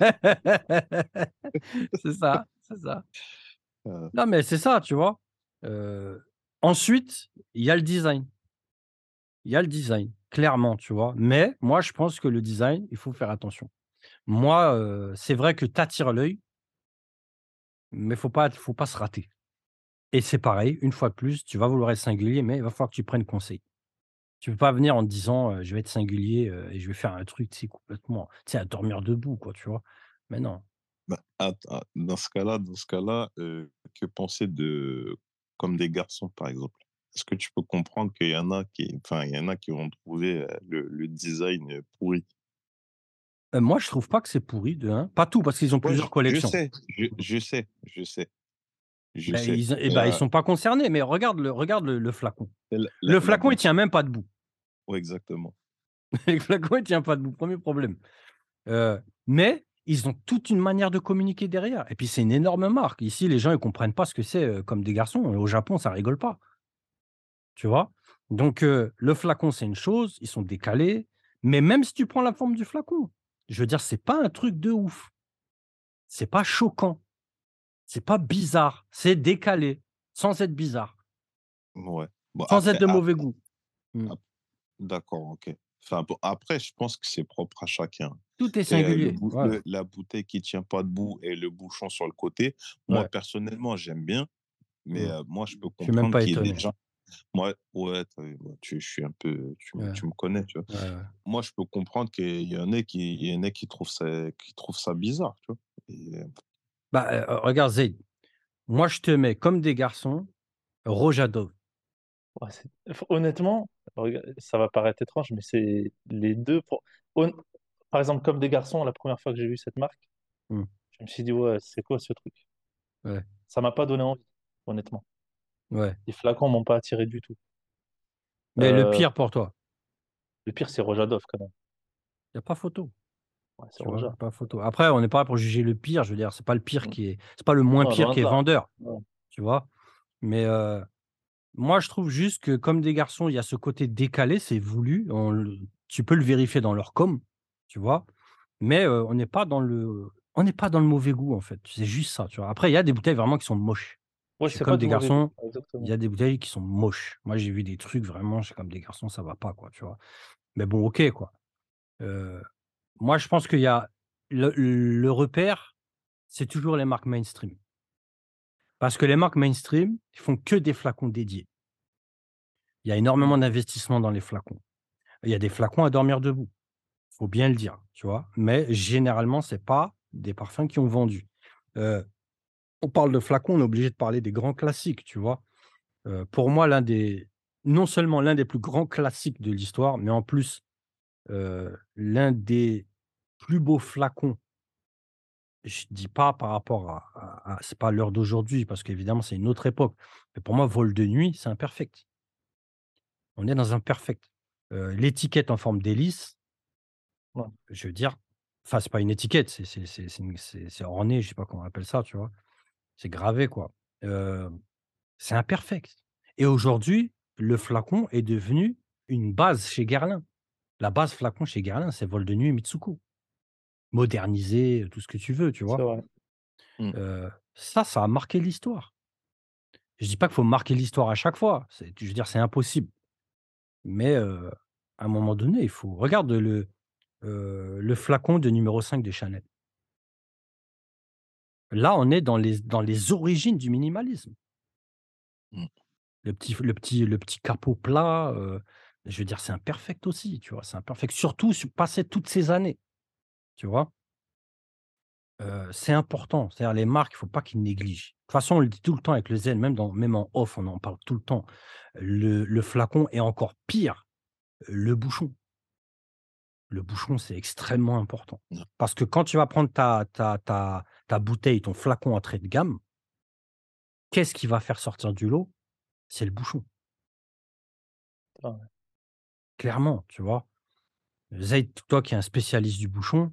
C'est ça, c'est ça. Heu, Non, mais c'est ça, tu vois? Heu, ensuite, il y a le design. Il y a le design, clairement, tu vois? Mais moi, je pense que le design, il faut faire attention. Moi, c'est vrai que tu attires l'œil, mais faut pas se rater. Et c'est pareil, une fois de plus, tu vas vouloir être singulier, mais il va falloir que tu prennes conseil. Tu peux pas venir en te disant, «Je vais être singulier, et je vais faire un truc, tu sais, complètement, tu sais, à dormir debout, quoi», tu vois? Mais non. bah, dans ce cas-là, que penser de Comme des garçons, par exemple? Est-ce que tu peux comprendre qu'il y en a qui vont trouver, le design, pourri? Moi, je trouve pas que c'est pourri de 1, pas tout, parce qu'ils ont Ouais, plusieurs je collections. sais, je sais, je sais, je Ben sais, ils sont pas concernés, mais regarde le flacon. la Le la flacon, il boutique, tient même pas debout. ouais, exactement. Le flacon, il tient pas debout, premier problème. Mais ils ont toute une manière de communiquer derrière et puis c'est une énorme marque. Ici, les gens, ils comprennent pas ce que c'est, comme des garçons. Au Japon, ça rigole pas, tu vois? Donc le flacon, c'est une chose, ils sont décalés, mais même si tu prends la forme du flacon, je veux dire, c'est pas un truc de ouf. C'est pas choquant, c'est pas bizarre, c'est décalé, sans être bizarre, Ouais. Bon, sans être de mauvais goût. Mmh. ap d'accord, OK. Enfin, bon, après, je pense que c'est propre à chacun. Tout est Le singulier, bou voilà. la bouteille qui tient pas debout et le bouchon sur le côté, moi, Ouais, personnellement, j'aime bien, mais mmh. moi, je peux Je suis même comprendre pas qu'il y ait des étonné. gens. Moi, ouais, je suis un peu, Ouais, tu me connais, tu vois? ouais, ouais. Moi, je peux comprendre qu'il y en a qui trouvent ça bizarre, tu vois? Et Bah, regarde Zayd, moi je te mets comme des garçons, Rojadov. Ouais, honnêtement, ça va paraître étrange, mais c'est les 2 pour hon par exemple, comme des garçons, la première fois que j'ai vu cette marque, Mmh, je me suis dit: «Ouais, c'est quoi ce truc?» ouais, Ça m'a pas donné envie, honnêtement. ouais. Les flacons m'ont pas attiré du tout. Mais le Heu, pire pour toi, le pire, c'est Rojadov quand même. il y a pas photo, Ouais, c'est tu vois? Il y Roja. a pas photo. Après, on n'est pas là pour juger le pire, je veux dire, Mmh. c'est pas le moins Non, pire loin qui de est là. vendeur, Ouais. tu vois? Mais moi je trouve juste que comme des garçons, il y a ce côté décalé, c'est voulu, tu peux le vérifier dans leur com, tu vois? Mais on n'est pas dans le mauvais goût, en fait, c'est juste ça, tu vois? Après, il y a des bouteilles vraiment qui sont moches. Ouais, Chez c'est pas Comme du des mauvais goût. garçons, il y Exactement. a des bouteilles qui sont moches. Moi, j'ai vu des trucs vraiment chez Comme des garçons, ça va pas, quoi, tu vois? Mais bon, OK, quoi. Heu, moi, je pense qu'il y a le repère, c'est toujours les marques mainstream. Parce que les marques mainstream, ils font que des flacons dédiés. Il y a Mmh. énormément d'investissement dans les flacons. Il y a des flacons à dormir debout, faut bien le dire, tu vois? Mais généralement, c'est pas des parfums qui ont vendu. Heu, on parle de flacons, on est obligé de parler des grands classiques, tu vois? Pour moi, l'un des non seulement l'un des plus grands classiques de l'histoire, mais en plus, l'un des plus beaux flacons. Je dis pas par rapport à c'est pas l'heure d'aujourd'hui parce qu'évidemment c'est une autre époque. Mais pour moi, vol de nuit, c'est un perfect. On est dans un perfect. L'étiquette en forme d'hélice, Ouais, je veux dire, enfin c'est pas une étiquette, c'est orné, je sais pas comment on appelle ça, tu vois? C'est gravé quoi. Heu, c'est un perfect et aujourd'hui, le flacon est devenu une base chez Guerlain. La base flacon chez Guerlain, c'est vol de nuit Mitsuko. Modernisé, tout ce que tu veux, tu c'est vois? vrai. Mmh. Ça, ça a marqué l'histoire. Je dis pas qu'il faut marquer l'histoire à chaque fois, je veux dire, c'est impossible. Mais, à un moment donné, il faut regarde le flacon de numéro 5 de Chanel. Là, on est dans les origines du minimalisme. Mmh. Le petit capot plat, je veux dire, c'est imperfect aussi, tu vois? C'est imperfect, surtout passé toutes ces années, tu vois? C'est important, c'est-à-dire les marques, il faut pas qu'ils négligent. De toute façon, on le dit tout le temps avec le zen, même en off, on en parle tout le temps. Le flacon est encore pire, le bouchon. Le bouchon, c'est extrêmement important. Ouais. Parce que quand tu vas prendre ta bouteille, ton flacon entrée de gamme, qu'est-ce qui va faire sortir du lot? C'est le bouchon, Ah ouais. clairement, tu vois? Zaid, toi qui es un spécialiste du bouchon,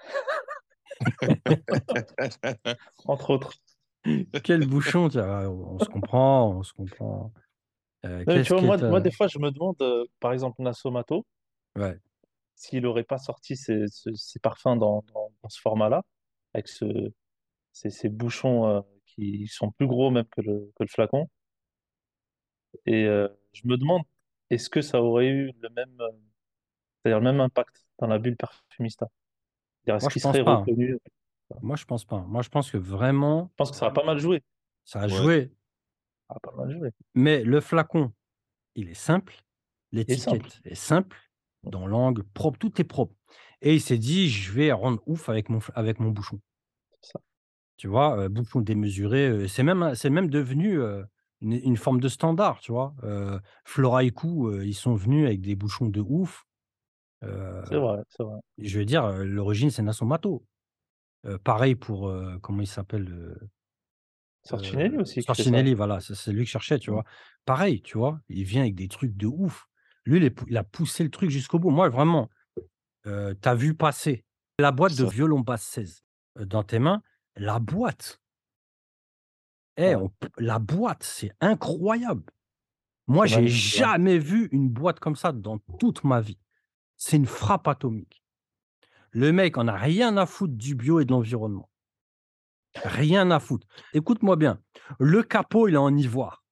Entre autres. quel bouchon? Tu vois? On se comprend, on se comprend. Non, mais tu Qu'est-ce vois, que moi, tu des fois, je me demande, par exemple, Nasomato, ouais. s'il n'aurait pas sorti ses parfums dans ce format-là, avec ces bouchons qui sont plus gros même que le flacon. Et je me demande, est-ce que ça aurait eu c'est-à-dire le même impact dans la bulle perfumista? C'est-à-dire, est-ce Moi, je qu'il pense serait pas, hein. reconnu? Moi, je pense pas. Moi, je pense que vraiment, Je pense que ça a pas mal joué. ça a Ouais, joué, Ça a pas mal joué. mais le flacon, il est simple, Et simple. l'étiquette est simple, dans l'angle, propre, tout est propre et il s'est dit: «Je vais rendre ouf avec mon bouchon». C'est ça. Tu vois? Bouchon démesuré, c'est même devenu, une forme de standard, tu vois? Flora et Co, ils sont venus avec des bouchons de ouf, heu, C'est vrai, c'est vrai. je veux dire, l'origine, c'est Nasomato. Pareil pour, comment il s'appelle, Sorcinelli aussi qui fait ça. Santinelli, voilà, c'est lui que je cherchais, tu mmh, vois? Pareil, tu vois? Il vient avec des trucs de ouf. Lui, il a poussé le truc jusqu'au bout. Moi, vraiment, tu vu passer la boîte de ça, violon basse 16, dans tes mains, la boîte, Ouais, la boîte, c'est incroyable. Moi, c'est j'ai magnifique, ouais. jamais vu une boîte comme ça dans toute ma vie. C'est une frappe atomique. Le mec en a rien à foutre du bio et de l'environnement. Rien à foutre. Écoute-moi bien, le capot, il est en ivoire.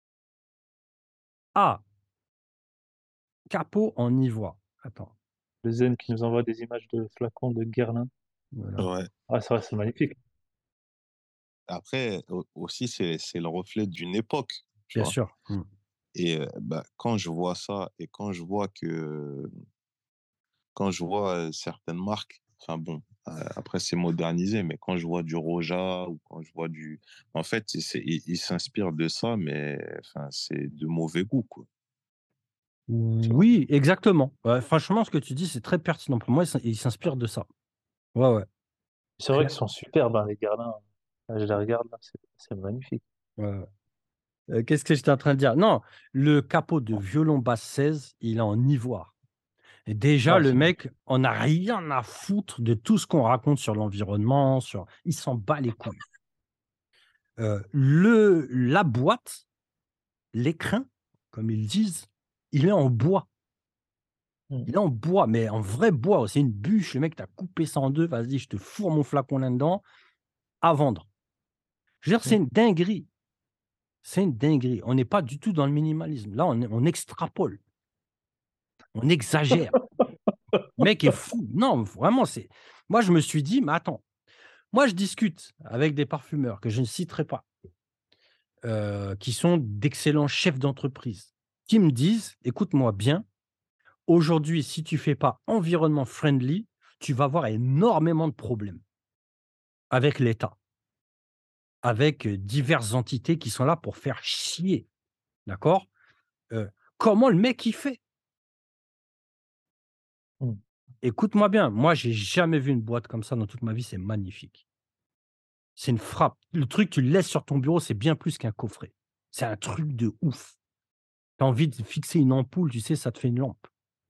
Ah, capot en ivoire. Attends, Le Zen qui nous envoie des images de flacons de Guerlain. voilà, ouais. Ah, c'est vrai, c'est magnifique. Après, aussi, c'est le reflet d'une époque, tu bien vois? sûr. Mmh. Et bah, quand je vois ça et quand je vois, certaines marques, enfin bon, après c'est modernisé, mais quand je vois du Roja ou quand je vois du en fait, ils s'inspirent de ça, mais enfin, c'est de mauvais goût, quoi, tu vois? Oui, exactement. Ouais, franchement, ce que tu dis, c'est très pertinent. Pour moi, il s'inspire de ça. Ouais, ouais, C'est vrai clair, qu'ils sont superbes, hein, les Guerlain. Là, je les regarde, là, c'est magnifique. ouais, ouais. Qu'est-ce que j'étais en train de dire? Non, le capot de violon basse 16, il est en ivoire et déjà Ah, le c'est mec magnifique. en a rien à foutre de tout ce qu'on raconte sur l'environnement, il s'en bat les couilles. La boîte, l'écrin, comme ils disent, il est en bois. Mm. Il est en bois, mais en vrai bois, c'est une bûche, le mec t'a coupé ça en 2, vas-y, je te fourre mon flacon là-dedans, à vendre. Je veux dire, c'est Mm. une dinguerie, c'est une dinguerie. On n'est pas du tout dans le minimalisme. Là, on extrapole, on exagère. Le mec est fou. Non, vraiment, moi, je me suis dit: «Mais attends», moi, je discute avec des parfumeurs que je ne citerai pas, qui sont d'excellents chefs d'entreprise, qui me disent: «Écoute-moi bien, aujourd'hui, si tu fais pas environnement friendly, tu vas avoir énormément de problèmes avec l'État, avec, diverses entités qui sont là pour faire chier». D'accord? Heu, comment le mec il fait? Mmh. Écoute-moi bien, moi j'ai jamais vu une boîte comme ça dans toute ma vie, c'est magnifique. C'est une frappe. Le truc, tu le laisses sur ton bureau, c'est bien plus qu'un coffret. C'est un truc de ouf. Tu as envie de fixer une ampoule, tu sais, ça te fait une lampe.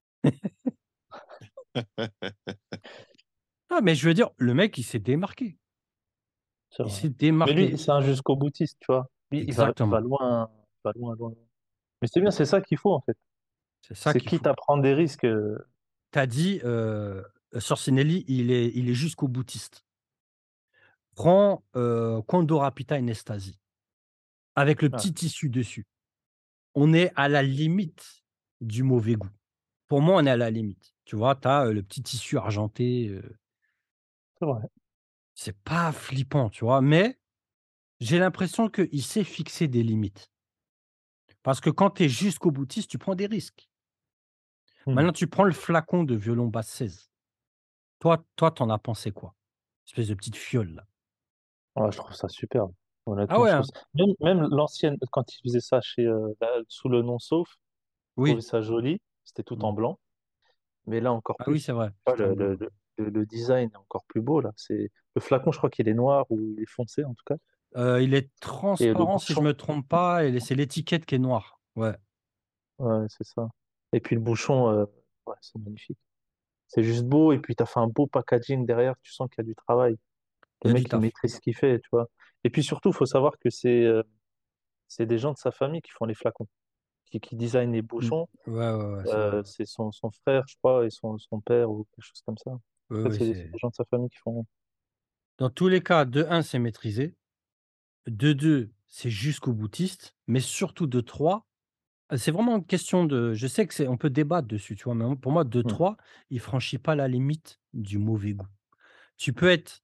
Ah, mais je veux dire, le mec, il s'est démarqué. C'est Il vrai. s'est Mais lui, démarqué. c'est un jusqu'au boutiste, tu vois? Lui, il va Exactement. loin, il va loin, loin, loin. Mais c'est bien, c'est ça qu'il faut, en fait. C'est ça C'est qu'il quitte faut. à prendre des risques, Tu as dit, Sorcinelli, il est jusqu'au boutiste. Prends, Quando rapita in estasi, avec le ouais, petit tissu dessus. On est à la limite du mauvais goût. Pour moi, on est à la limite. Tu vois, tu as, le petit tissu argenté, c'est vrai. c'est pas flippant, tu vois? Mais j'ai l'impression qu'il sait fixer des limites. Parce que quand tu es jusqu'au boutiste, tu prends des risques. Mmh. Maintenant, tu prends le flacon de violon basse 16. Toi, tu en as pensé quoi? Espèce de petite fiole là. Ouais, je trouve ça superbe. Ah Honnêtement, ouais, je trouve hein? ça même l'ancienne quand il faisait ça chez, sous le nom Sauf, je trouvais Oui. ça joli, c'était tout Mmh. en blanc, mais là encore Ah oui, plus. c'est vrai, Tu vois, c'était en blanc, ouais. le design est encore plus beau là, c'est le flacon, je crois qu'il est noir ou il est foncé en tout cas Il est et le transparent si je bouchon, me trompe pas et c'est l'étiquette qui est noire. Ouais, ouais, c'est ça et puis le bouchon, ouais, c'est magnifique. C'est juste beau et puis tu as fait un beau packaging derrière, tu sens qu'il y a du travail. il Le y a du mec, il taf. maîtrise ce qu'il fait, tu vois? Et puis surtout, il faut savoir que c'est des gens de sa famille qui font les flacons, qui designent les Mmh. bouchons. Ouais, ouais, ouais, c'est vrai. C'est son frère, je crois, et son père ou quelque chose comme ça. En Oui, fait, oui, c'est des gens de sa famille qui font. dans tous les cas, de un, c'est maîtrisé, de 2, c'est jusqu'au boutiste, mais surtout de 3, c'est vraiment une question de je sais que c'est on peut débattre dessus, tu vois? Mais pour moi, de Mmh. 3, il franchit pas la limite du mauvais goût. Tu peux être,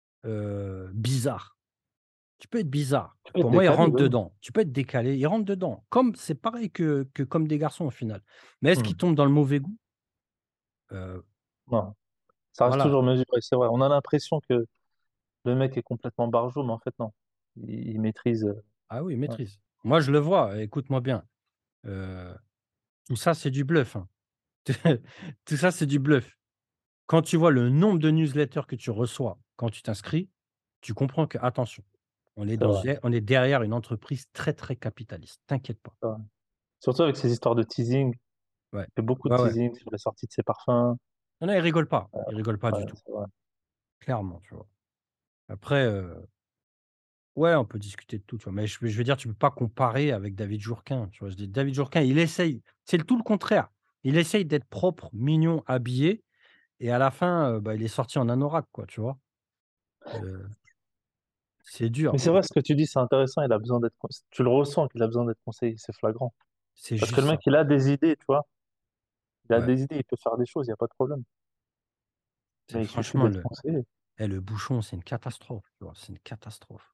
bizarre. Tu peux être bizarre. Tu peux être Pour moi, il décalé, rentre oui. dedans. Tu peux être décalé, il rentre dedans. Comme c'est pareil que comme des garçons au final. Mais est-ce qu'il Mmh. tombe dans le mauvais goût? Heu, Non, ça reste voilà. toujours mesuré, c'est vrai. On a l'impression que le mec est complètement barjot, mais en fait, non. Il maîtrise. Ah oui, Ouais. maîtrise. Moi, je le vois, écoute-moi bien, heu, tout ça, c'est du bluff, hein. Tout ça, c'est du bluff. Quand tu vois le nombre de newsletters que tu reçois quand tu t'inscris, tu comprends que attention, C'est vrai, on est derrière une entreprise très, très capitaliste. T'inquiète pas. c'est vrai. Surtout avec ces histoires de teasing. Ouais. Il fait beaucoup de Ouais, ouais. teasing sur la sortie de ses parfums. Non, non, ils rigolent pas. Ils rigolent pas Ouais, du tout, c'est vrai. clairement, tu vois? Après, ouais, on peut discuter de tout, tu vois? Mais je veux dire, tu peux pas comparer avec David Jourdain, tu vois? Je dis David Jourdain, il essaye, c'est le tout le contraire. Il essaye d'être propre, mignon, habillé et à la fin, bah, il est sorti en anorak, quoi, tu vois? Heu, c'est Mais dur, c'est vrai, ce que tu dis, c'est intéressant. Il a besoin d'être. Tu le ressens qu'il a besoin d'être conseillé, c'est flagrant. c'est Parce que juste le mec, ça. il a des idées, tu vois. Il a Ouais, des idées, il peut faire des choses, il y a pas de problème. c'est Mais il suffit franchement d'être le conseillé. le bouchon, c'est une catastrophe, tu vois? C'est une catastrophe.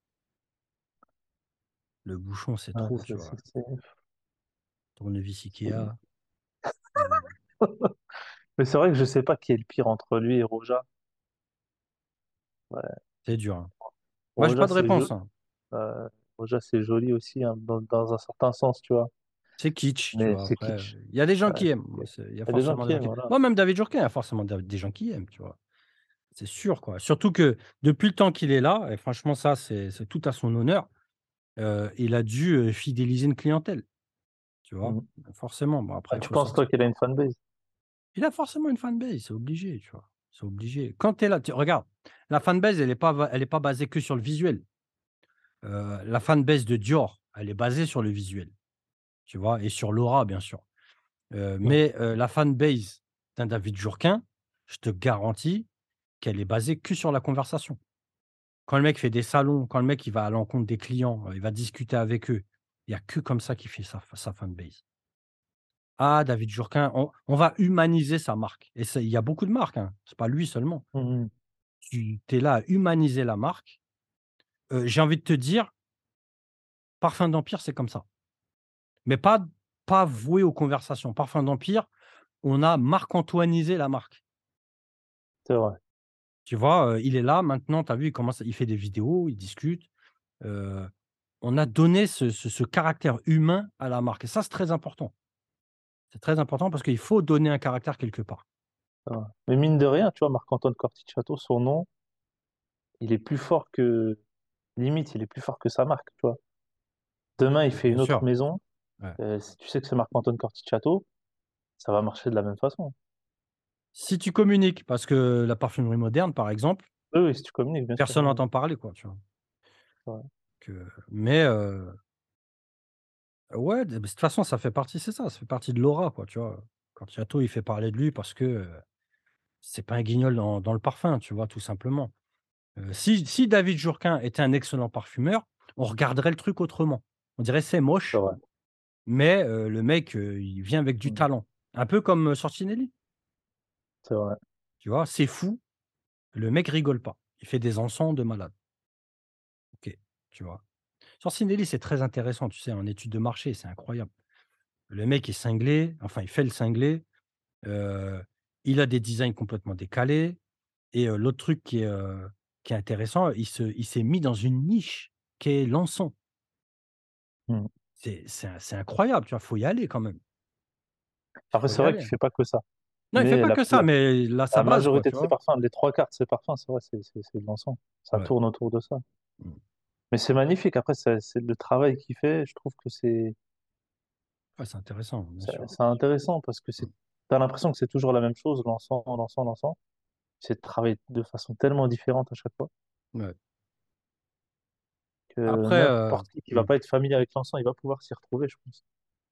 Le bouchon, c'est Ouais, trop, tu vois? Tournevis c'est- Ikea, heu, Mais c'est vrai que je sais pas qui est le pire entre lui et Roja. Ouais. c'est dur, hein. Moi, j'ai pas Roja, de c'est réponse, joli. hein. Roja, c'est joli aussi, hein, dans un certain sens, tu vois. C'est kitsch, tu Mais vois? c'est Après, kitsch. il y a des gens Ouais, qui c'est aiment. Moi, kitsch. c'est il y a Il y a des gens forcément qui des gens aiment, qui voilà. moi, même David Jourdain, il y a forcément des gens qui aiment, tu vois? C'est sûr, quoi. Surtout que depuis le temps qu'il est là et franchement ça, c'est tout à son honneur, il a dû, fidéliser une clientèle, tu vois? Mhm. Forcément, bon Ah, après il tu faut penses, toi, sortir. qu'il a une fanbase? Il a forcément une fanbase, c'est obligé, tu vois? C'est obligé. Quand tu es là, tu regarde, la fanbase, elle est pas basée que sur le visuel. La fanbase de Dior, elle est basée sur le visuel, tu vois? Et sur l'aura, bien sûr. Mhm. Mais la fanbase d'un David Jourdain, je te garantis qu'elle est basée que sur la conversation. Quand le mec fait des salons, quand le mec il va à l'encontre des clients, il va discuter avec eux, il y a que comme ça qu'il fait sa fanbase. Ah David Jourdain, on va humaniser sa marque et ça il y a beaucoup de marques, hein, c'est pas lui seulement. Mhm. Tu es là à humaniser la marque. J'ai envie de te dire, Parfum d'Empire, c'est comme ça, mais pas voué aux conversations. Parfum d'Empire, on a marc-antoinisé la marque. C'est vrai. Tu vois? Il est là maintenant, tu as vu, il fait des vidéos, il discute. Heu, on a donné ce caractère humain à la marque et ça, c'est très important. C'est très important parce qu'il faut donner un caractère quelque part. Ouais. Mais mine de rien, tu vois, Marc-Antoine Corticciato, son nom, il est plus fort que, limite, il est plus fort que sa marque, tu vois. Demain, il fait Bien une autre sûr, maison, ouais. si tu sais que c'est Marc-Antoine Corticciato, ça va marcher de la même façon. Si tu communiques, parce que la parfumerie moderne, par exemple, Oui, oui, si tu communiques, bien sûr. personne Ouais, n'entend parler, quoi, tu vois? ouais. Mais ouais, de toute façon, ça fait partie c'est ça, ça fait partie de l'aura, quoi, tu vois? Quand Yato, il fait parler de lui parce que, c'est pas un guignol dans le parfum, tu vois? Tout simplement. Si David Jourdain était un excellent parfumeur, on regarderait le truc autrement. On dirait: «C'est C'est moche», vrai. mais le mec, il vient avec du Mm. talent. Un peu comme, Sorcinelli, C'est vrai. tu vois? C'est fou, le mec rigole pas. Il fait des encens de malade. OK, tu vois? Sorcinelli, c'est très intéressant, tu sais, en étude de marché, c'est incroyable. Le mec est cinglé, enfin, il fait le cinglé, heu, il a des designs complètement décalés et l'autre truc qui est intéressant, il s'est mis dans une niche qui est l'encens. Mm. C'est incroyable, tu vois? Faut y aller quand même. Il Après, faut c'est y vrai aller. qu'il fait pas que ça. Non, il fait Mais pas que ça, mais la sa la base, quoi, majorité tu de ses vois? parfums, les trois quarts de ses parfums, c'est vrai, c'est de l'encens. Ça Ouais. tourne autour de ça. Mmh. Mais c'est magnifique. Après, c'est le travail qu'il fait. Je trouve que Ouais, c'est intéressant, bien sûr. c'est intéressant parce que Mmh. t'as l'impression que c'est toujours la même chose, l'encens, l'encens, l'encens. C'est de travailler de façon tellement différente à chaque fois Ouais. que Après, n'importe qui va mmh, pas être familier avec l'encens, il va pouvoir s'y retrouver, je pense.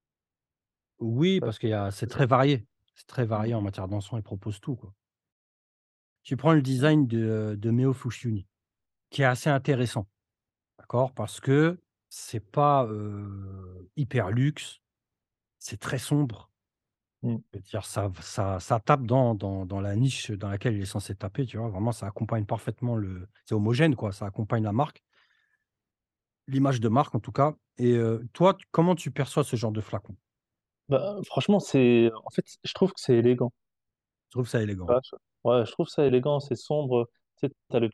oui, Ça, parce qu'il y a c'est très varié. C'est très varié Mm. en matière d'encens, ils proposent tout, quoi. Tu prends le design de Meo Fushioni, qui est assez intéressant, d'accord? Parce que c'est pas, hyper luxe, c'est très sombre. Mm. Je veux dire ça tape dans la niche dans laquelle il est censé taper, tu vois? Vraiment, ça accompagne parfaitement c'est homogène, quoi, ça accompagne la marque, l'image de marque en tout cas et toi, comment tu perçois ce genre de flacon? Bah, franchement, en fait, je trouve que c'est élégant. Je trouve ça élégant. Ouais, ouais, je trouve ça élégant, c'est sombre. Tu sais, t'as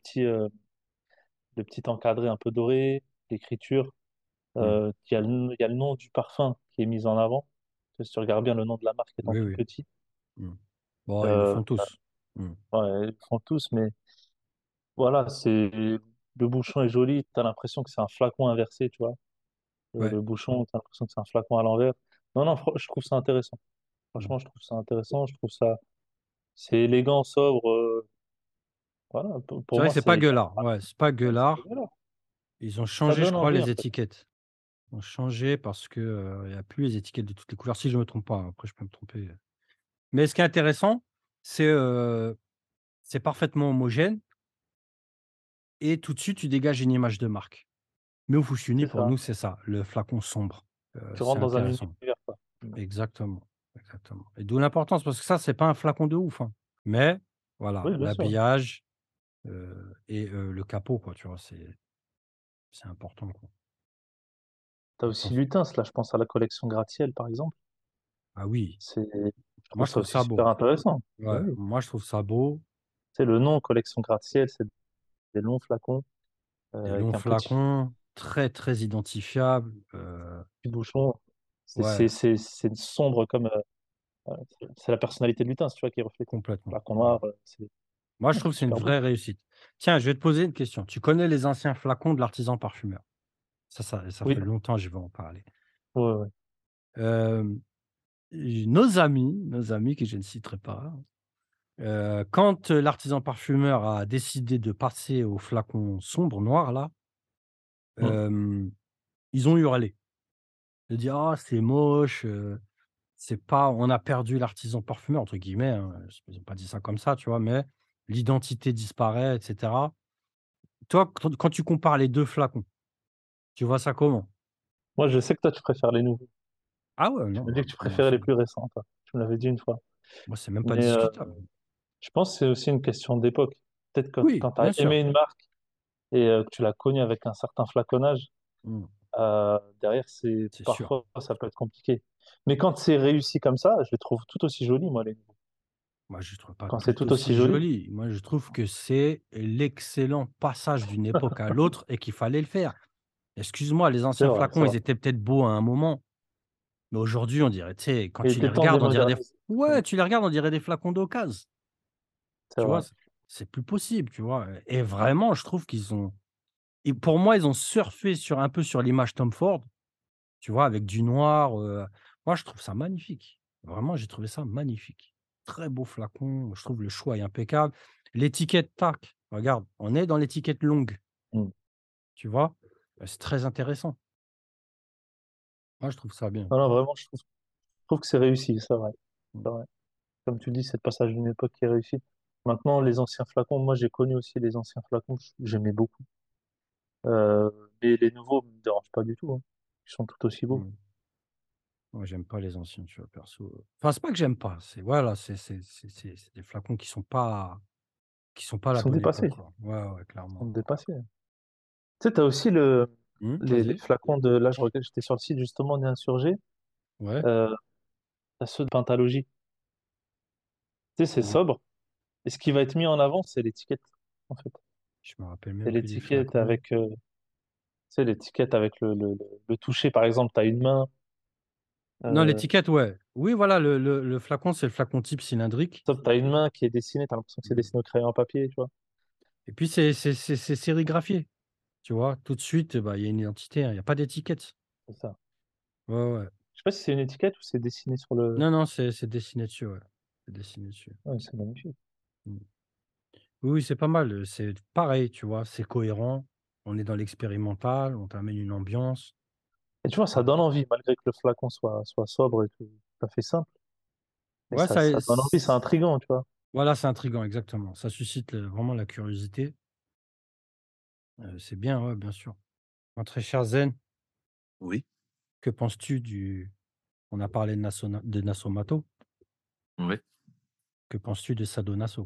le petit encadré un peu doré, l'écriture. Mmh. Il y a le nom du parfum qui est mis en avant. Si tu regardes bien le nom de la marque étant Oui, tout oui. petit. Mmh. Bon, ils le Euh, font tous. Mmh. ouais, ils le font tous, mais voilà, le bouchon est joli. Tu as l'impression que c'est un flacon inversé, tu vois. Ouais. Le bouchon, tu as l'impression que c'est un flacon à l'envers. Non, non, je trouve ça intéressant. Mmh. Franchement, je trouve ça intéressant. Je trouve ça, c'est élégant, sobre. Voilà, C'est pour vrai que moi, c'est pas c'est, gueulard. Ouais, c'est pas ouais, c'est gueulard. voilà. Ils ont Ça changé, je donne crois, envie, en les fait. étiquettes. Ils ont changé parce que, il y a plus les étiquettes de toutes les couleurs, si je me trompe pas, hein. Après je peux me tromper. Mais ce qui est intéressant, c'est, c'est parfaitement homogène et tout de suite tu dégages une image de marque. Meo Fushioni C'est pour ça. nous, c'est ça, le flacon sombre. Tu C'est rentres dans un intéressant. univers, quoi. Mm. Exactement, exactement et d'où l'importance parce que ça, c'est pas un flacon de ouf, hein. Mais voilà, Oui, bien sûr. l'habillage, et le capot quoi, tu vois? C'est important quoi. T'as Maintenant aussi Lutens, là, je pense à la collection gratte-ciel, par exemple. ah oui, Je moi trouve je ça trouve aussi ça beau. super intéressant. Ben Ouais, oui. moi je trouve ça beau. C'est le nom collection gratte-ciel, c'est des longs flacons Des longs avec un flacons, très, très identifiables, petit bouchon. ouais, C'est sombre comme c'est la personnalité de Lutens, tu vois, qui est reflétée. complètement. Flacon Ouais. noir, Moi, je non, trouve c'est que c'est une super beau. vraie réussite. Tiens, je vais te poser une question. Tu connais les anciens flacons de l'artisan parfumeur? Ça Oui, fait longtemps que je veux en parler. ouais, ouais. Hem, nos amis que je ne citerai pas, quand, l'artisan parfumeur a décidé de passer au flacon sombre noir là, Mm. hem, ils ont hurlé. De dire: «Ah c'est moche, c'est pas on a perdu l'artisan parfumeur» entre guillemets, hein, ils ont pas dit ça comme ça, tu vois? Mais l'identité disparaît et cetera. Toi, quand tu compares les 2 flacons, tu vois ça comment? Moi, je sais que toi, tu préfères les nouveaux. Ah ouais, Tu non, m'as dit que tu bien préférais les sûr. plus récents, toi. Tu me l'avais dit une fois. Moi, c'est même pas Mais discutable. je pense que c'est aussi une question d'époque. Peut-être que Oui, quand tu as bien sûr. aimé une marque et que tu l'as connue avec un certain flaconnage, Mmh, derrière, c'est c'est sûr. parfois ça peut être compliqué. Mais quand c'est réussi comme ça, je les trouve tout aussi jolis, moi, les nouveaux. Moi, je trouve pas Quand c'est tout tout aussi aussi joli, joli. Moi, je trouve que c'est l'excellent passage d'une époque à l'autre et qu'il fallait le faire. Excuse-moi, les anciens flacons, c'est vrai. ils étaient peut-être beaux à un moment, Mais aujourd'hui, on dirait, tu sais, quand Il tu les était temps de les regardes, on dirait des moderniser. ouais, tu les regardes, on dirait des flacons d'occasion, C'est tu vois? vrai. C'est plus possible, tu vois? Et vraiment, je trouve qu'ils ont et pour moi, ils ont surfé sur un peu sur l'image Tom Ford, tu vois? Avec du noir, moi, je trouve ça magnifique. Vraiment, j'ai trouvé ça magnifique. Très beau flacon, je trouve le choix est impeccable. L'étiquette, tac, regarde, on est dans l'étiquette longue, Mmh. tu vois? C'est très intéressant. Moi, je trouve ça bien. Non, non, vraiment, je trouve que c'est réussi, c'est vrai. Mmh, C'est vrai. Comme tu dis, c'est le passage d'une époque qui est réussi. Maintenant, les anciens flacons, moi, j'ai connu aussi les anciens flacons, j'aimais beaucoup. Euh, mais les nouveaux me dérangent pas du tout, hein. Ils sont tout aussi beaux. mmh. Moi, j'aime pas les anciens, tu vois, perso, enfin, c'est pas que j'aime pas, c'est voilà, c'est des flacons qui sont pas à Ils la sont bonne époque, dépassés. quoi. Ouais, ouais, Ils sont clairement. dépassés. Tu sais, t'as aussi les Vas-y. flacons de. Là, j'étais sur le site justement d'Insurgé. Ouais. Euh, t'as ceux de Pentalogie. Tu sais, c'est Mmh. sobre. Et ce qui va être mis en avant, c'est l'étiquette, en fait. Je me rappelle C'est même plus des l'étiquette flacons. avec, tu sais, l'étiquette avec le toucher. Par exemple, tu as une main. Non, Euh, l'étiquette, ouais. Oui, voilà, le flacon, c'est le flacon type cylindrique. sauf que tu as une main qui est dessinée. Tu as l'impression que c'est Mmh dessiné au crayon à papier, tu vois. et puis c'est sérigraphié, tu vois? Tout de suite, bah, il y a une identité, hein, il y a pas d'étiquette. C'est ça. Ouais, ouais. Je sais pas si c'est une étiquette ou c'est dessiné sur le. Non, non, c'est dessiné dessus, ouais. C'est dessiné dessus. Ouais, c'est magnifique. Mmh. Oui, oui, c'est pas mal, c'est pareil, tu vois? C'est cohérent. On est dans l'expérimental, on t'amène une ambiance. Et tu vois, ça donne envie, malgré que le flacon soit sobre et tout à fait simple. Mais Ouais, ça donne envie, c'est intriguant, tu vois. voilà, c'est intriguant, exactement. Ça suscite vraiment la curiosité. C'est bien, ouais, bien sûr. Mon très cher Zen, Oui, que penses-tu on a parlé de Nasomato, ouais. que penses-tu de Sadonaso?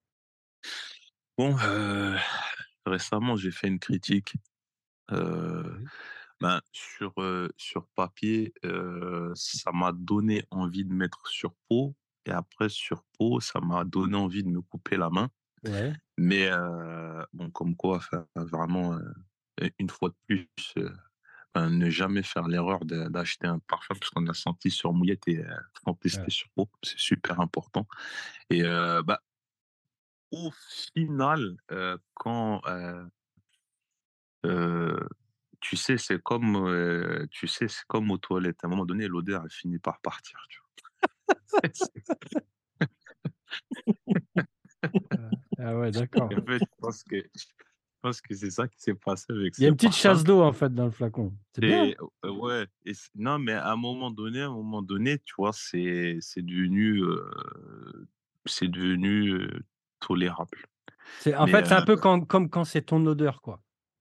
Bon, récemment, j'ai fait une critique. euh, Oui. sur papier, ça m'a donné envie de mettre sur pot. Et après, sur pot, ça m'a donné envie de me couper la main. Ouais, Mais bon, comme quoi, enfin, vraiment, une fois de plus, enfin, ne jamais faire l'erreur d'acheter un parfum parce qu'on a senti sur mouillette et sans ouais. tester sur peau. C'est super important. Et bah, au final, quand euh, tu sais, tu sais, c'est comme aux toilettes. À un moment donné, l'odeur, elle finit par partir. Tu vois. Ah ouais, d'accord. En fait, je pense que c'est ça qui s'est passé avec Il y a ce une petite parfum. chasse d'eau, en fait, dans le flacon. C'est bien. Et ouais, non, mais à un moment donné, tu vois, c'est devenu tolérable. C'est en Mais fait, c'est un peu comme quand c'est ton odeur, quoi.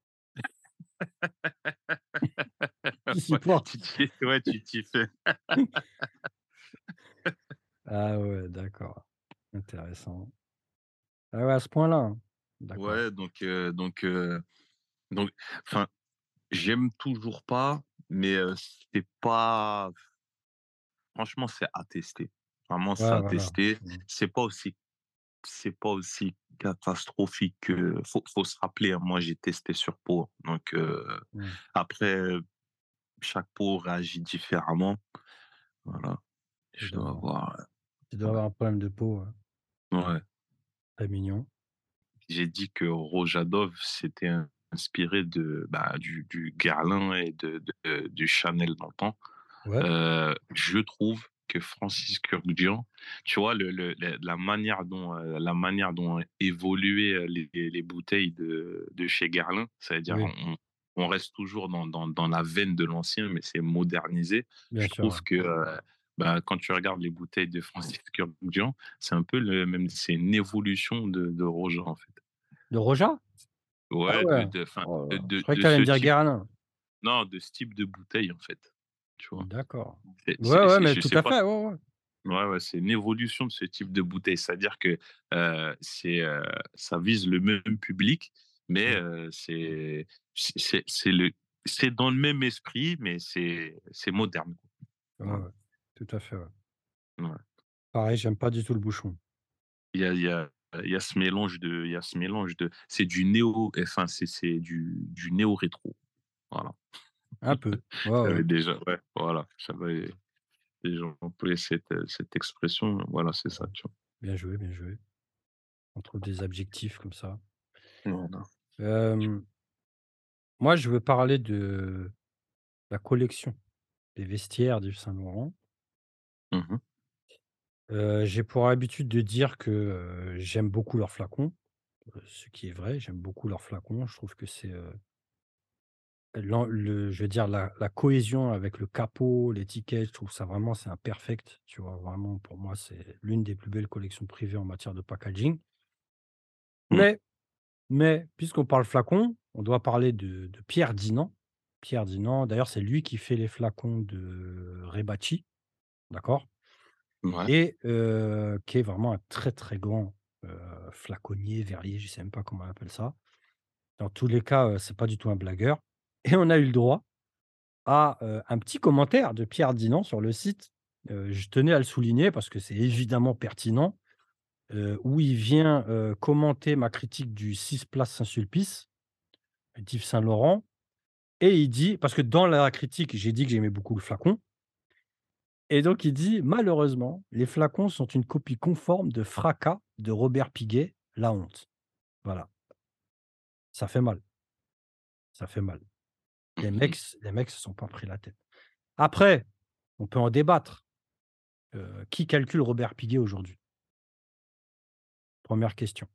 Tu ouais, supportes. tu t'y fais. Ah ouais, d'accord. Intéressant. Ah ouais, à ce point-là, hein. D'accord. Ouais, donc, enfin, j'aime toujours pas, mais c'est pas. Franchement, c'est à tester. Vraiment, c'est Ouais, à voilà. tester. Mmh. C'est pas aussi, c'est pas aussi catastrophique que. Faut se rappeler, hein, moi, j'ai testé sur peau. Donc, Mmh. après, chaque peau réagit différemment. Voilà. Je dois Évidemment. avoir. Tu dois Ouais. avoir un problème de peau, Ouais. très mignon. J'ai dit que Rojadov s'était inspiré du Guerlain et du Chanel d'antan. Ouais, Je trouve que Francis Kurkdjian, tu vois, la manière dont évoluaient les bouteilles de chez Guerlain, c'est-à-dire oui, on reste toujours dans la veine de l'ancien, mais c'est modernisé. bien Je sûr, ouais. trouve que quand tu regardes les bouteilles de Francis Kurkdjian, c'est un peu le même, c'est une évolution de Roja, en fait. De Roja? Ah Ouais, ouais. enfin, Oh là là. Je croyais que de tu allais ce me dire type, Guerlain. non, de ce type de bouteille, en fait. Tu vois. D'accord. Ouais, ouais, mais Je tout sais à pas. fait, ouais, ouais. Ouais, ouais, c'est une évolution de ce type de bouteille. C'est-à-dire que ça vise le même public, mais Mmh. c'est dans le même esprit, mais c'est moderne. Ouais, Voilà. ouais, tout à fait, ouais. Ouais. Pareil, j'aime pas du tout le bouchon. Il y a ce mélange de, c'est du néo, enfin, c'est du néo-rétro. Voilà. Un peu. Ouais, ouais. J'avais déjà, ouais, voilà. Et j'ai employé cette expression, voilà, c'est ça, Ouais. tu vois? Bien joué, bien joué. On trouve des adjectifs comme ça. Voilà. Hem, Moi, je veux parler de la collection des vestiaires d'Yves Saint Laurent. Mmh mh. J'ai pour habitude de dire que, j'aime beaucoup leurs flacons, ce qui est vrai, j'aime beaucoup leurs flacons. Je trouve que c'est, je veux dire la cohésion avec le capot, l'étiquette, je trouve ça vraiment c'est un perfect, tu vois? Vraiment pour moi, c'est l'une des plus belles collections privées en matière de packaging. Mmh. Mais puisqu'on parle flacon, on doit parler de Pierre Dinant. Pierre Dinant, d'ailleurs, c'est lui qui fait les flacons de Rebacci, d'accord? Ouais. Et qui est vraiment un très, très grand, flaconnier, verrier, je sais même pas comment on appelle ça. Dans tous les cas, c'est pas du tout un blagueur et on a eu le droit à, un petit commentaire de Pierre Dinant sur le site. Je tenais à le souligner parce que c'est évidemment pertinent, où il vient, commenter ma critique du 6 place Saint-Sulpice, d'Yves Saint Laurent. Et il dit parce que dans la critique, j'ai dit que j'aimais beaucoup le flacon et donc il dit: «Malheureusement, les flacons sont une copie conforme de Fracas de Robert Piguet, la honte». Voilà, ça fait mal, ça fait mal. Mmh mh. Les mecs se sont pas pris la tête. Après, on peut en débattre, qui calcule Robert Piguet aujourd'hui? Première question.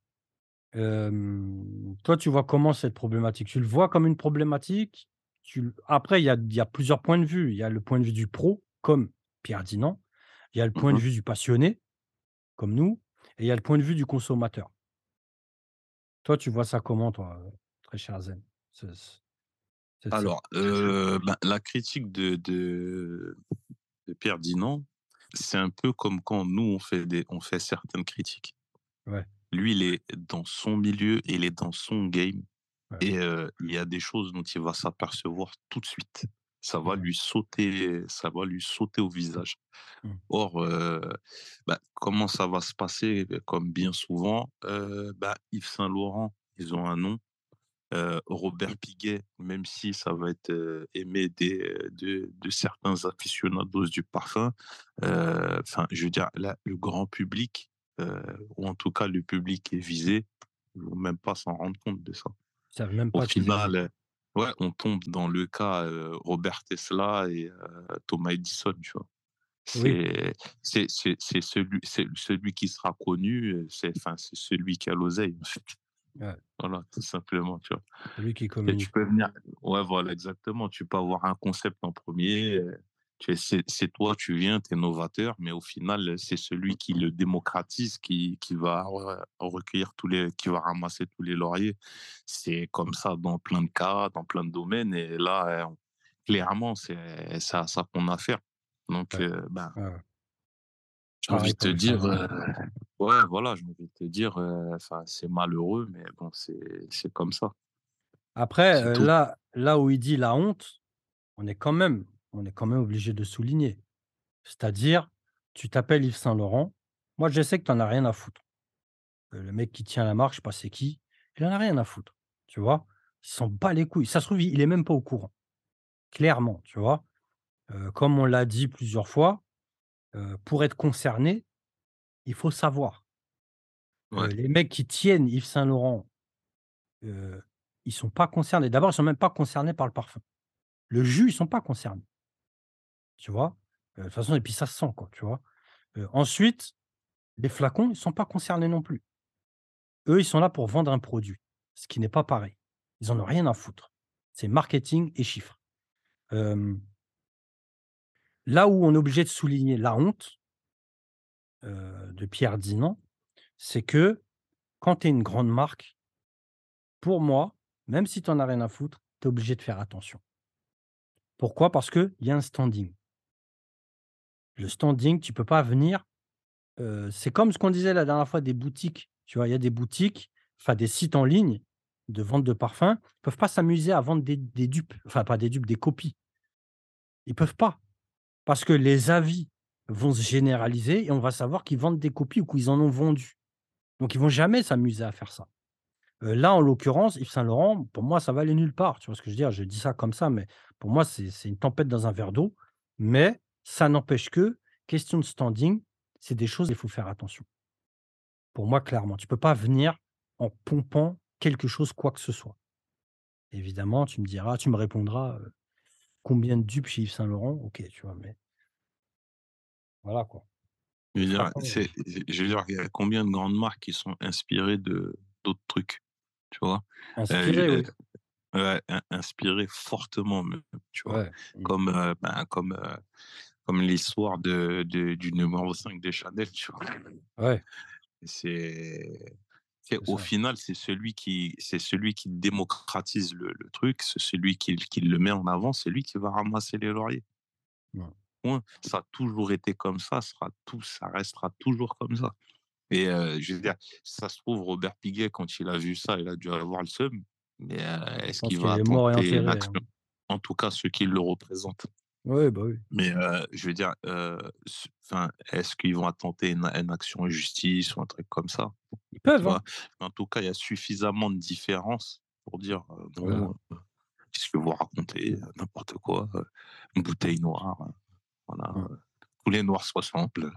Toi, tu vois comment cette problématique? Tu le vois comme une problématique? Après, il y a plusieurs points de vue. Il y a le point de vue du pro, comme Pierre Dinant. Il y a le point de Mmh. vue du passionné, comme nous, et il y a le point de vue du consommateur. Toi, tu vois ça comment toi, très cher Zen? Ce ce cette Alors, ben, la critique de Pierre Dinant, c'est un peu comme quand nous on fait certaines critiques. ouais, Lui, il est dans son milieu, il est dans son game ouais, et il y a des choses dont il va s'apercevoir tout de suite. ouais, Ça va lui sauter au visage. mmh, Or, bah, comment ça va se passer? Comme bien souvent, bah, Yves Saint Laurent, ils ont un nom. Robert Piguet, même si ça va être, aimé de certains aficionados du parfum, enfin, je veux dire, là, le grand public, ou en tout cas le public qui est visé, ils vont même pas s'en rendre compte de ça. ils savent même Au pas qui final, visite. ouais, on tombe dans le cas, Robert Tesla et Thomas Edison, tu vois? Oui, C'est celui qui sera connu, c'est enfin, c'est celui qui a l'oseille, en fait. ouais, Voilà, tout simplement, tu vois? celui qui Et tu communique. peux venir ouais, voilà, exactement. Tu peux avoir un concept en premier, c'est toi, tu viens, tu es novateur, mais au final, c'est celui qui le démocratise qui va recueillir qui va ramasser tous les lauriers. C'est comme ça dans plein de cas, dans plein de domaines et là, clairement, c'est à ça qu'on a affaire. Donc, Ouais, ben, ouais, ouais. j'ai envie Pareil de te pour Yves Saint dire, Laurent. ouais, voilà, j'ai envie de te dire, enfin, c'est malheureux, mais bon, c'est comme ça, Après, c'est tout. là où il dit la honte, on est quand même obligé de souligner. C'est-à-dire, tu t'appelles Yves Saint Laurent. Moi, je sais que tu en as rien à foutre. Le mec qui tient la marque, je sais pas c'est qui, il en a rien à foutre, tu vois? Il s'en bat les couilles. Ça se trouve, il est même pas au courant, clairement, tu vois? Comme on l'a dit plusieurs fois, pour être concerné, il faut savoir. Ouais, Les mecs qui tiennent Yves Saint Laurent, heu, ils sont pas concernés. D'abord, ils sont même pas concernés par le parfum. Le jus, ils sont pas concernés, tu vois? De toute façon et puis ça se sent quoi, tu vois? Ensuite, les flacons, ils sont pas concernés non plus. Eux, ils sont là pour vendre un produit, ce qui n'est pas pareil. Ils en ont rien à foutre. C'est marketing et chiffres. Hem, Là où on est obligé de souligner la honte, de Pierre Dinant, c'est que quand tu es une grande marque, pour moi, même si tu en as rien à foutre, tu es obligé de faire attention. Pourquoi? Parce qu'il y a un standing. Le standing, tu peux pas venir, c'est comme ce qu'on disait la dernière fois des boutiques, tu vois? Il y a des boutiques, enfin des sites en ligne de vente de parfums, ils peuvent pas s'amuser à vendre des dupes, enfin pas des dupes, des copies. Ils peuvent pas, parce que les avis vont se généraliser et on va savoir qu'ils vendent des copies ou qu'ils en ont vendu. Donc ils vont jamais s'amuser à faire ça. Là, en l'occurrence, Yves Saint Laurent, pour moi, ça va aller nulle part. Tu vois ce que je veux dire? Je dis ça comme ça, mais pour moi, c'est une tempête dans un verre d'eau. Mais Ça n'empêche que, question de standing, c'est des choses il faut faire attention. Pour moi, clairement, tu peux pas venir en pompant quelque chose, quoi que ce soit. Évidemment, tu me répondras, combien de dupes chez Yves Saint Laurent? OK, tu vois? Mais voilà quoi. Je Les veux dire, flacons, je veux dire, il y a combien de grandes marques qui sont inspirées de d'autres trucs, tu vois? Heu, inspirés, oui. ouais, inspirées fortement même, tu vois? Ouais, mmh, Comme, comme l'histoire du numéro 5 de Chanel, tu vois? ouais, C'est c'est au ça. final, c'est celui qui démocratise le truc, c'est celui qui le met en avant, c'est lui qui va ramasser les lauriers. Mmh. Point. Ça a toujours été comme ça restera toujours comme ça. Et je veux dire, ça se trouve, Robert Piguet, quand il a vu ça, il a dû avoir le seum. Mais Je est-ce pense qu'il qu'il va est mort et tenter une enterré, hein. action? En tout cas, ceux qui le représentent. Oui, bah, oui. Mais je veux dire, enfin, est-ce qu'ils vont tenter une action en justice ou un truc comme ça? Ils Tu peuvent, hein. vois? Mais en tout cas, il y a suffisamment de différences pour dire Voilà. bon, qu'est-ce que vous racontez? N'importe quoi. Une bouteille noire. Voilà. Mmh. Tous les noirs se ressemblent.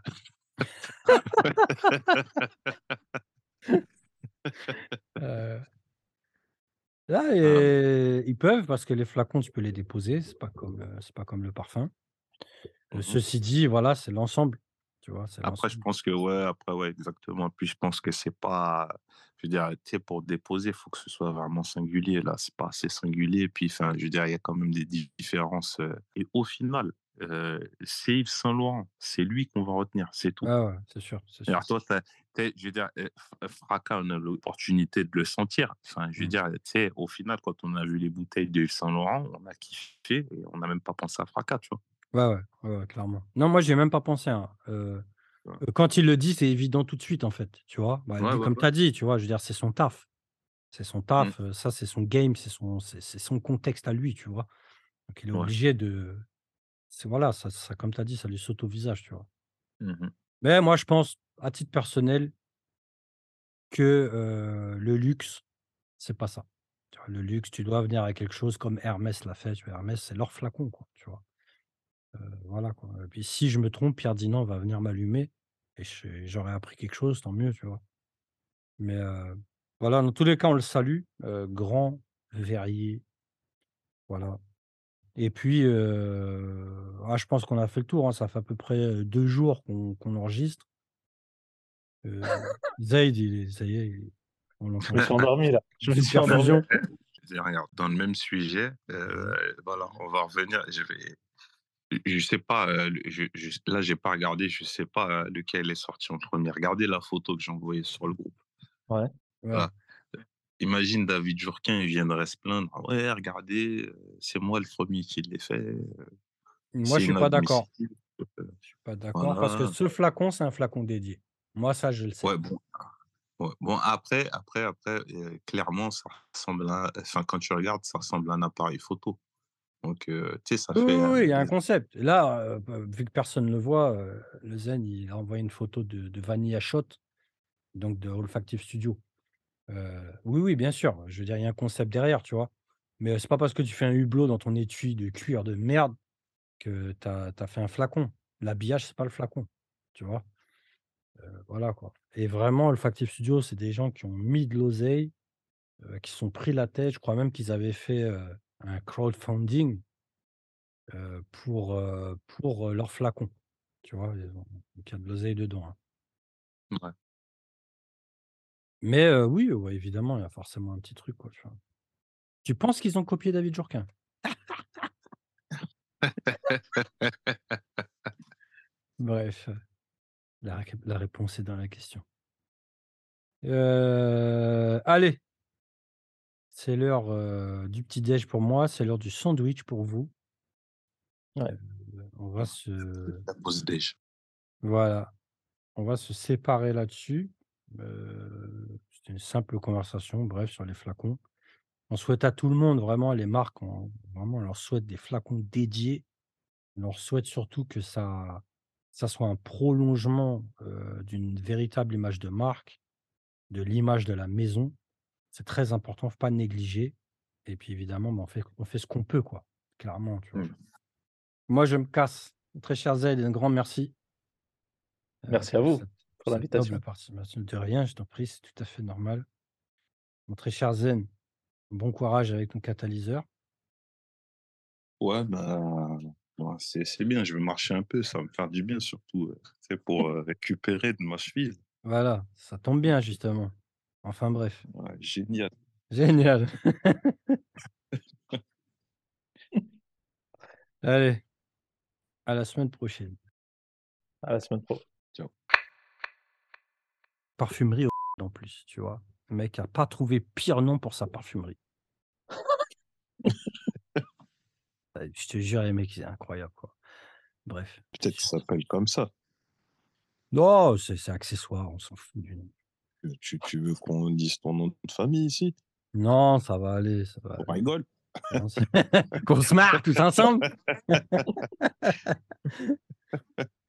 Heu, Là Ah, ils peuvent parce que les flacons, tu peux les déposer, c'est pas comme le parfum. mhm. Ceci dit, voilà, c'est l'ensemble, tu vois? C'est Après, je l'ensemble. pense que ouais, après, ouais, exactement. Puis je pense que c'est pas, je veux dire, tu sais, pour déposer, il faut que ce soit vraiment singulier. Là, c'est pas assez singulier. Puis, enfin, je veux dire, il y a quand même des différences. Et au final, c'est Yves Saint Laurent. C'est lui qu'on va retenir. C'est tout. Ah ouais, c'est sûr, c'est sûr. Alors, toi, je veux dire, Fracas, on a l'opportunité de le sentir. Enfin, je veux Mmh. dire, tu sais, au final, quand on a vu les bouteilles de Yves Saint Laurent, on a kiffé et on n'a même pas pensé à Fracas, tu vois. Ouais, ouais, ouais, ouais, clairement. Non, moi, j'y ai même pas pensé, hein. Quand il le dit, c'est évident tout de suite, en fait, tu vois? Bah, Ouais, lui, ouais, comme ouais. tu as dit, tu vois? Je veux dire, c'est son taf. C'est son Mm. taf, ça, c'est son game, c'est son contexte à lui, tu vois? Donc il est Ouais. obligé voilà, ça comme tu as dit, ça lui saute au visage, tu vois? Mhm. Mais moi, je pense, à titre personnel, que, le luxe, c'est pas ça. Tu vois? Le luxe, tu dois venir avec quelque chose comme Hermès l'a fait, tu vois? Hermès, c'est leur flacon, quoi, tu vois? Voilà, quoi. Et puis si je me trompe, Pierre Dinan va venir m'allumer et j'aurais appris quelque chose, tant mieux, tu vois? Mais, voilà, dans tous les cas, on le salue, grand verrier, voilà. Et puis, je pense qu'on a fait le tour, hein. Ça fait à peu près, 2 jours qu'on enregistre. Zaid, ça y est, on Je l'entend me suis plus. endormi là. Je me Sous suis endormi. perfusion. Je dis, regarde, dans le même sujet, Vas-y. voilà, on va revenir. Je sais pas, là, j'ai pas regardé, je sais pas lequel est sorti en premier. Regardez la photo que j'ai envoyée sur le groupe. Ouais. Ouais. Voilà. Imagine David Jourdain, il viendrait se plaindre. Ah ouais, regardez, c'est moi le premier qui l'ai fait, Moi, je c'est suis pas d'accord. inadmissible. Euh, Je suis pas d'accord parce que voilà. ce flacon, c'est un flacon dédié. Moi, ça, je le sais. Ouais, bon, ouais. Bon, après, clairement, ça ressemble enfin, quand tu regardes, ça ressemble à un appareil photo. Donc, tu sais, ça Oui, fait, oui, oui, il y a un concept. Là, vu que personne ne le voit, le zen, il a envoyé une photo de Vanilla Shot, donc de Olfactive Studio. Oui, oui, bien sûr, je veux dire, il y a un concept derrière, tu vois? Mais, c'est pas parce que tu fais un hublot dans ton étui de cuir de merde que tu as fait un flacon. L'habillage, c'est pas le flacon, tu vois? Voilà, quoi. Et vraiment, Olfactive Studio, c'est des gens qui ont mis de l'oseille, qui se sont pris la tête. Je crois même qu'ils avaient fait, un crowdfunding, pour, leur flacon, tu vois? Donc il y a de l'oseille dedans, hein. ouais. Mais, oui, ouais, évidemment, il y a forcément un petit truc, quoi, tu vois? Tu penses qu'ils ont copié David Jourdain? Bref, la réponse est dans la question. Allez, c'est l'heure, du petit déj pour moi, c'est l'heure du sandwich pour vous. Ouais. Heu, on va se La pause déj. voilà, on va se séparer là-dessus. C'était une simple conversation, bref, sur les flacons. On souhaite à tout le monde, vraiment, les marques, on leur souhaite des flacons dédiés. On leur souhaite surtout que ça soit un prolongement, d'une véritable image de marque, de l'image de la maison. C'est très important, faut pas négliger. Et puis évidemment, bah, on fait ce qu'on peut, quoi, clairement, tu vois? Mmh. Moi, je me casse. Très cher Zaid, un grand merci Merci à pour vous cette pour noble l'invitation. participation. De rien, je t'en prie, c'est tout à fait normal. Mon très cher Zen, bon courage avec ton catalyseur. Ouais, bah, c'est bien, je vais marcher un peu, ça va me faire du bien surtout, tu sais, pour récupérer de ma cheville. Voilà, ça tombe bien justement. Enfin bref, Ouais, génial. génial. Allez, à la semaine prochaine. À la semaine pro. Ciao. Parfumerie en plus, tu vois? Le mec a pas trouvé pire nom pour sa parfumerie. Je te jure les mecs, c'est incroyable quoi. Bref. Peut-être que ça s'appelle comme ça. Non, c'est accessoire, on s'en fout du nom. Tu veux qu'on dise ton nom de famille ici? Non, ça va aller, ça va On aller. rigole. Non, c'est qu'on se marre tous ensemble.